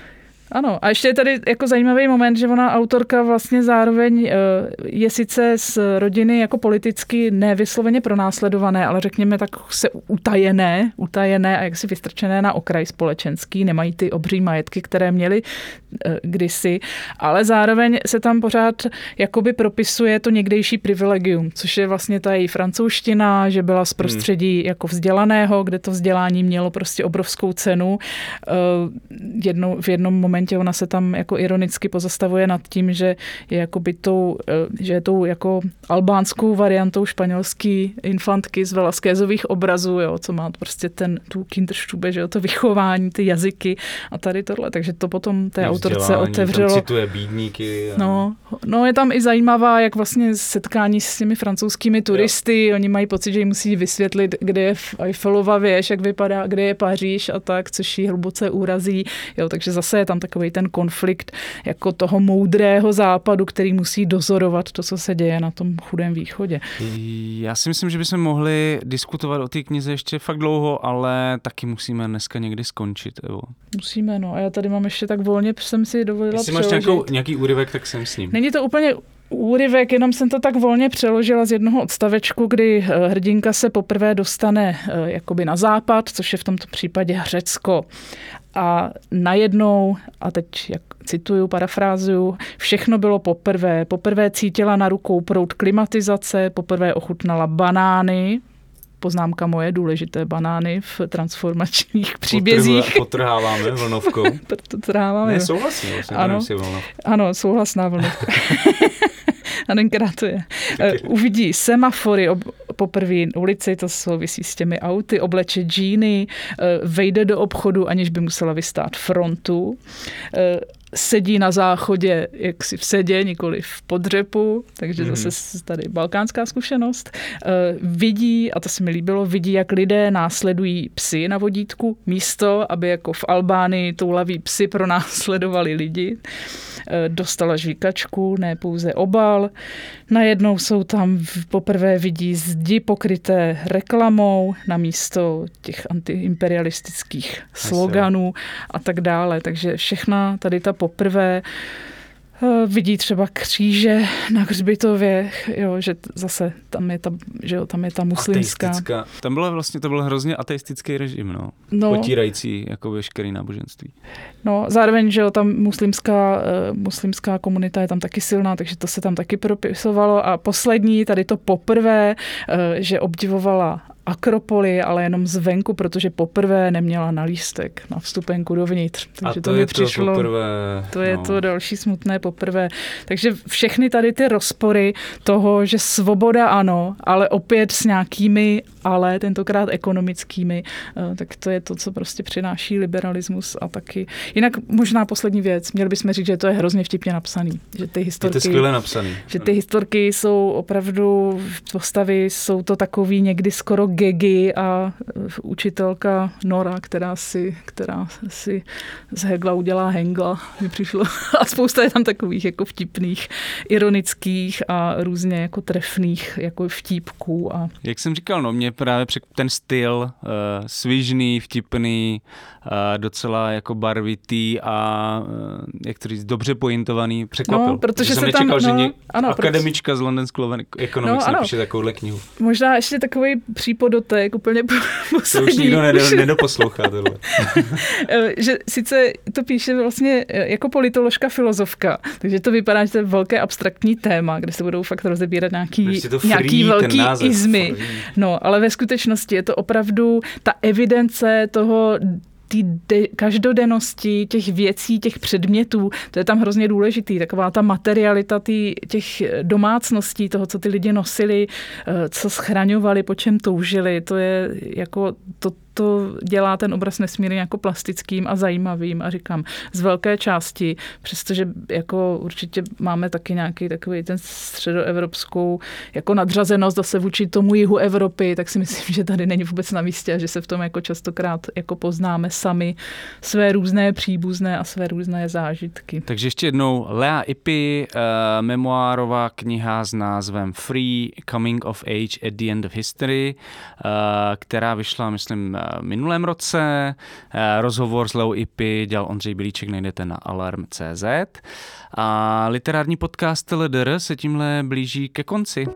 Ano, a ještě je tady jako zajímavý moment, že ona autorka vlastně zároveň je sice z rodiny jako politicky nevysloveně pronásledované, ale řekněme tak se utajené, utajené a jaksi vystrčené na okraj společenský, nemají ty obří majetky, které měly kdysi, ale zároveň se tam pořád jakoby propisuje to někdejší privilegium, což je vlastně ta její francouzština, že byla z prostředí hmm. jako vzdělaného, kde to vzdělání mělo prostě obrovskou cenu. Jednou, v jednom momentě ona se tam jako ironicky pozastavuje nad tím, že je jakoby tou, že je tou jako albánskou variantou španělský infantky z Velasquezových obrazů, jo, co má prostě ten tu Kinderstube, že jo, to vychování, ty jazyky a tady tohle, takže to potom té autorce otevřelo. Tam cituje bídníky. A... No, no, je tam i zajímavá, jak vlastně setkání s těmi francouzskými turisty, jo. Oni mají pocit, že jim musí vysvětlit, kde je Eiffelova věž, jak vypadá, kde je Paříž a tak, což ji hluboce urazí, jo, takže zase je tam takový ten konflikt jako toho moudrého západu, který musí dozorovat to, co se děje na tom chudém východě. Já si myslím, že bychom mohli diskutovat o té knize ještě fakt dlouho, ale taky musíme dneska někdy skončit. Evo. Musíme, no. A já tady mám ještě tak volně, jsem si dovolila Jestli přeložit. máš nějakou, nějaký úryvek, tak jsem s ním. Není to úplně úryvek, jenom jsem to tak volně přeložila z jednoho odstavečku, kdy hrdinka se poprvé dostane jakoby na západ, což je v tomto případě Řecko. A najednou, a teď jak cituju, parafrázuju, všechno bylo poprvé. Poprvé cítila na rukou proud klimatizace, poprvé ochutnala banány, poznámka moje, důležité banány v transformačních příbězích. Potrháváme vlnovkou. Potrháváme. Ne, souhlasím. Vlastně ano, ano, souhlasná vlnovka. A tenkrát to je. Uvidí semafory ob, poprvé ulici, to souvisí s těmi auty, obleče džíny, vejde do obchodu, aniž by musela vystát frontu, sedí na záchodě, jak si v sedě, nikoli v podřepu, takže mm. zase tady balkánská zkušenost. Vidí, a to se mi líbilo, vidí, jak lidé následují psy na vodítku, místo, aby jako v Albánii toulaví psy pronásledovali lidi. Dostala žvíkačku, ne pouze obal. Najednou jsou tam, poprvé vidí zdi pokryté reklamou na místo těch antiimperialistických sloganů a tak dále. Takže všechna tady ta poprvé vidí třeba kříže na hřbitově, jo, že zase tam je ta, že jo, tam je ta muslimská. Ateistická. Tam bylo vlastně, to byl hrozně ateistický režim, no. no potírající jako veškerý náboženství. No, zároveň, že jo, tam muslimská, uh, muslimská komunita je tam taky silná, takže to se tam taky propisovalo. A poslední, tady to poprvé, uh, že obdivovala Akropoli, ale jenom zvenku, protože poprvé neměla na lístek, na vstupenku dovnitř. Takže a to, to je mi přišlo, to poprvé. To je no. to další smutné poprvé. Takže všechny tady ty rozpory toho, že svoboda ano, ale opět s nějakými ale, tentokrát ekonomickými, tak to je to, co prostě přináší liberalismus a taky. Jinak možná poslední věc, měli bychom říct, že to je hrozně vtipně napsaný. Že ty historky, je to skvěle napsaný. Že ty historky jsou opravdu, postavy jsou to takový někdy skoro gegy a učitelka Nora, která si, která si z Hegla udělá Hengla, mi přišlo. A spousta je tam takových jako vtipných, ironických a různě jako trefných jako vtípků. A... Jak jsem říkal, no mě právě ten styl uh, svižný, vtipný, uh, docela jako barvitý a uh, jak to říct, dobře pointovaný, překvapil. No, protože jsem se nečekal, tam, že no, ně, ano, akademička proč? Z London School of Economics no, napíše takovouhle knihu. Možná ještě takový přípodotek, úplně poslední. To už nikdo nedo, nedoposlouchá tohle. Že sice to píše vlastně jako politoložka, filozofka, takže to vypadá, že to je velké abstraktní téma, kde se budou fakt rozebírat nějaký, free, nějaký velký název, izmy. Free. No, ale ve skutečnosti je to opravdu ta evidence toho té de- každodennosti, těch věcí, těch předmětů, to je tam hrozně důležitý. Taková ta materialita tý, těch domácností, toho, co ty lidi nosili, co schraňovali, po čem toužili, to je jako to, to dělá ten obraz nesmírně jako plastickým a zajímavým a říkám, z velké části, přestože jako určitě máme taky nějaký takový ten středoevropskou jako nadřazenost zase vůči tomu jihu Evropy, tak si myslím, že tady není vůbec na místě a že se v tom jako častokrát jako poznáme sami své různé příbuzné a své různé zážitky. Takže ještě jednou Lea Ypi, uh, memoárová kniha s názvem Free Coming of Age at the End of History, uh, která vyšla, myslím, minulém roce. Rozhovor s Leou Ipy dělal Ondřej Bilíček, najdete na alarm tečka cé zet. A literární podcast T L D R se tímhle blíží ke konci.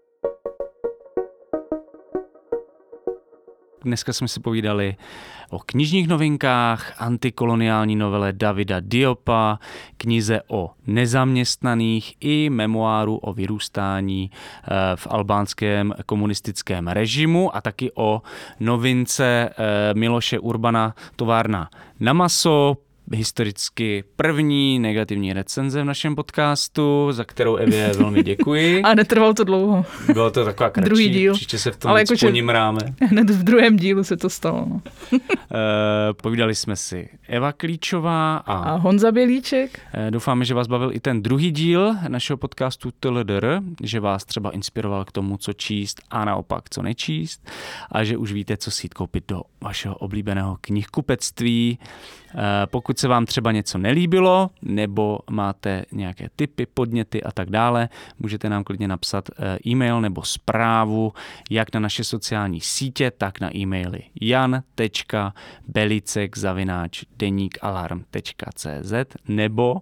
Dneska jsme si povídali o knižních novinkách, antikoloniální novele Davida Diopa, knize o nezaměstnaných i memoáru o vyrůstání v albánském komunistickém režimu a taky o novince Miloše Urbana Továrna na maso, historicky první negativní recenze v našem podcastu, za kterou Evě velmi děkuji. A netrvalo to dlouho. Bylo to taková kratší, druhý díl. Příště se v tom ponimráme. Hned v druhém dílu se to stalo. No. uh, povídali jsme si Eva Klíčová a, a Honza Bělíček. Uh, doufáme, že vás bavil i ten druhý díl našeho podcastu T L D R, že vás třeba inspiroval k tomu, co číst a naopak, co nečíst a že už víte, co si jít koupit do vašeho oblíbeného knihkupectví. Uh, pokud se vám třeba něco nelíbilo, nebo máte nějaké tipy, podněty a tak dále, můžete nám klidně napsat e-mail nebo zprávu, jak na naše sociální sítě, tak na e-maily jan tečka belicek zavináč deník alarm tečka cé zet nebo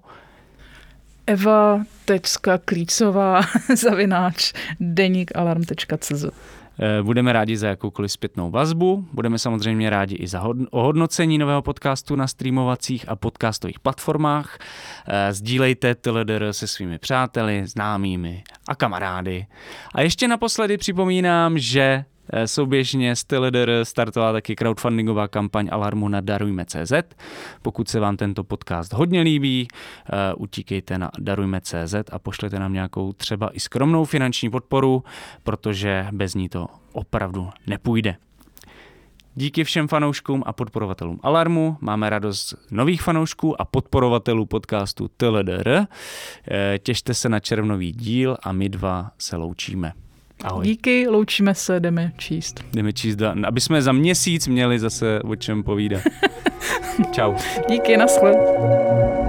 eva tečka klícová zavináč deník alarm tečka cé zet. Budeme rádi za jakoukoliv zpětnou vazbu, budeme samozřejmě rádi i za ohodnocení nového podcastu na streamovacích a podcastových platformách. Sdílejte T L D R se svými přáteli, známými a kamarády. A ještě naposledy připomínám, že souběžně s T L D R startovala taky crowdfundingová kampaň Alarmu na darujme tečka cé zet. Pokud se vám tento podcast hodně líbí, utíkejte na darujme tečka cé zet a pošlete nám nějakou třeba i skromnou finanční podporu, protože bez ní to opravdu nepůjde. Díky všem fanouškům a podporovatelům Alarmu. Máme radost nových fanoušků a podporovatelů podcastu T L D R. Těšte se na červnový díl a my dva se loučíme. Ahoj. Díky, loučíme se, jdeme číst. Jdeme číst, aby jsme za měsíc měli zase o čem povídat. Čau. Díky, naschle.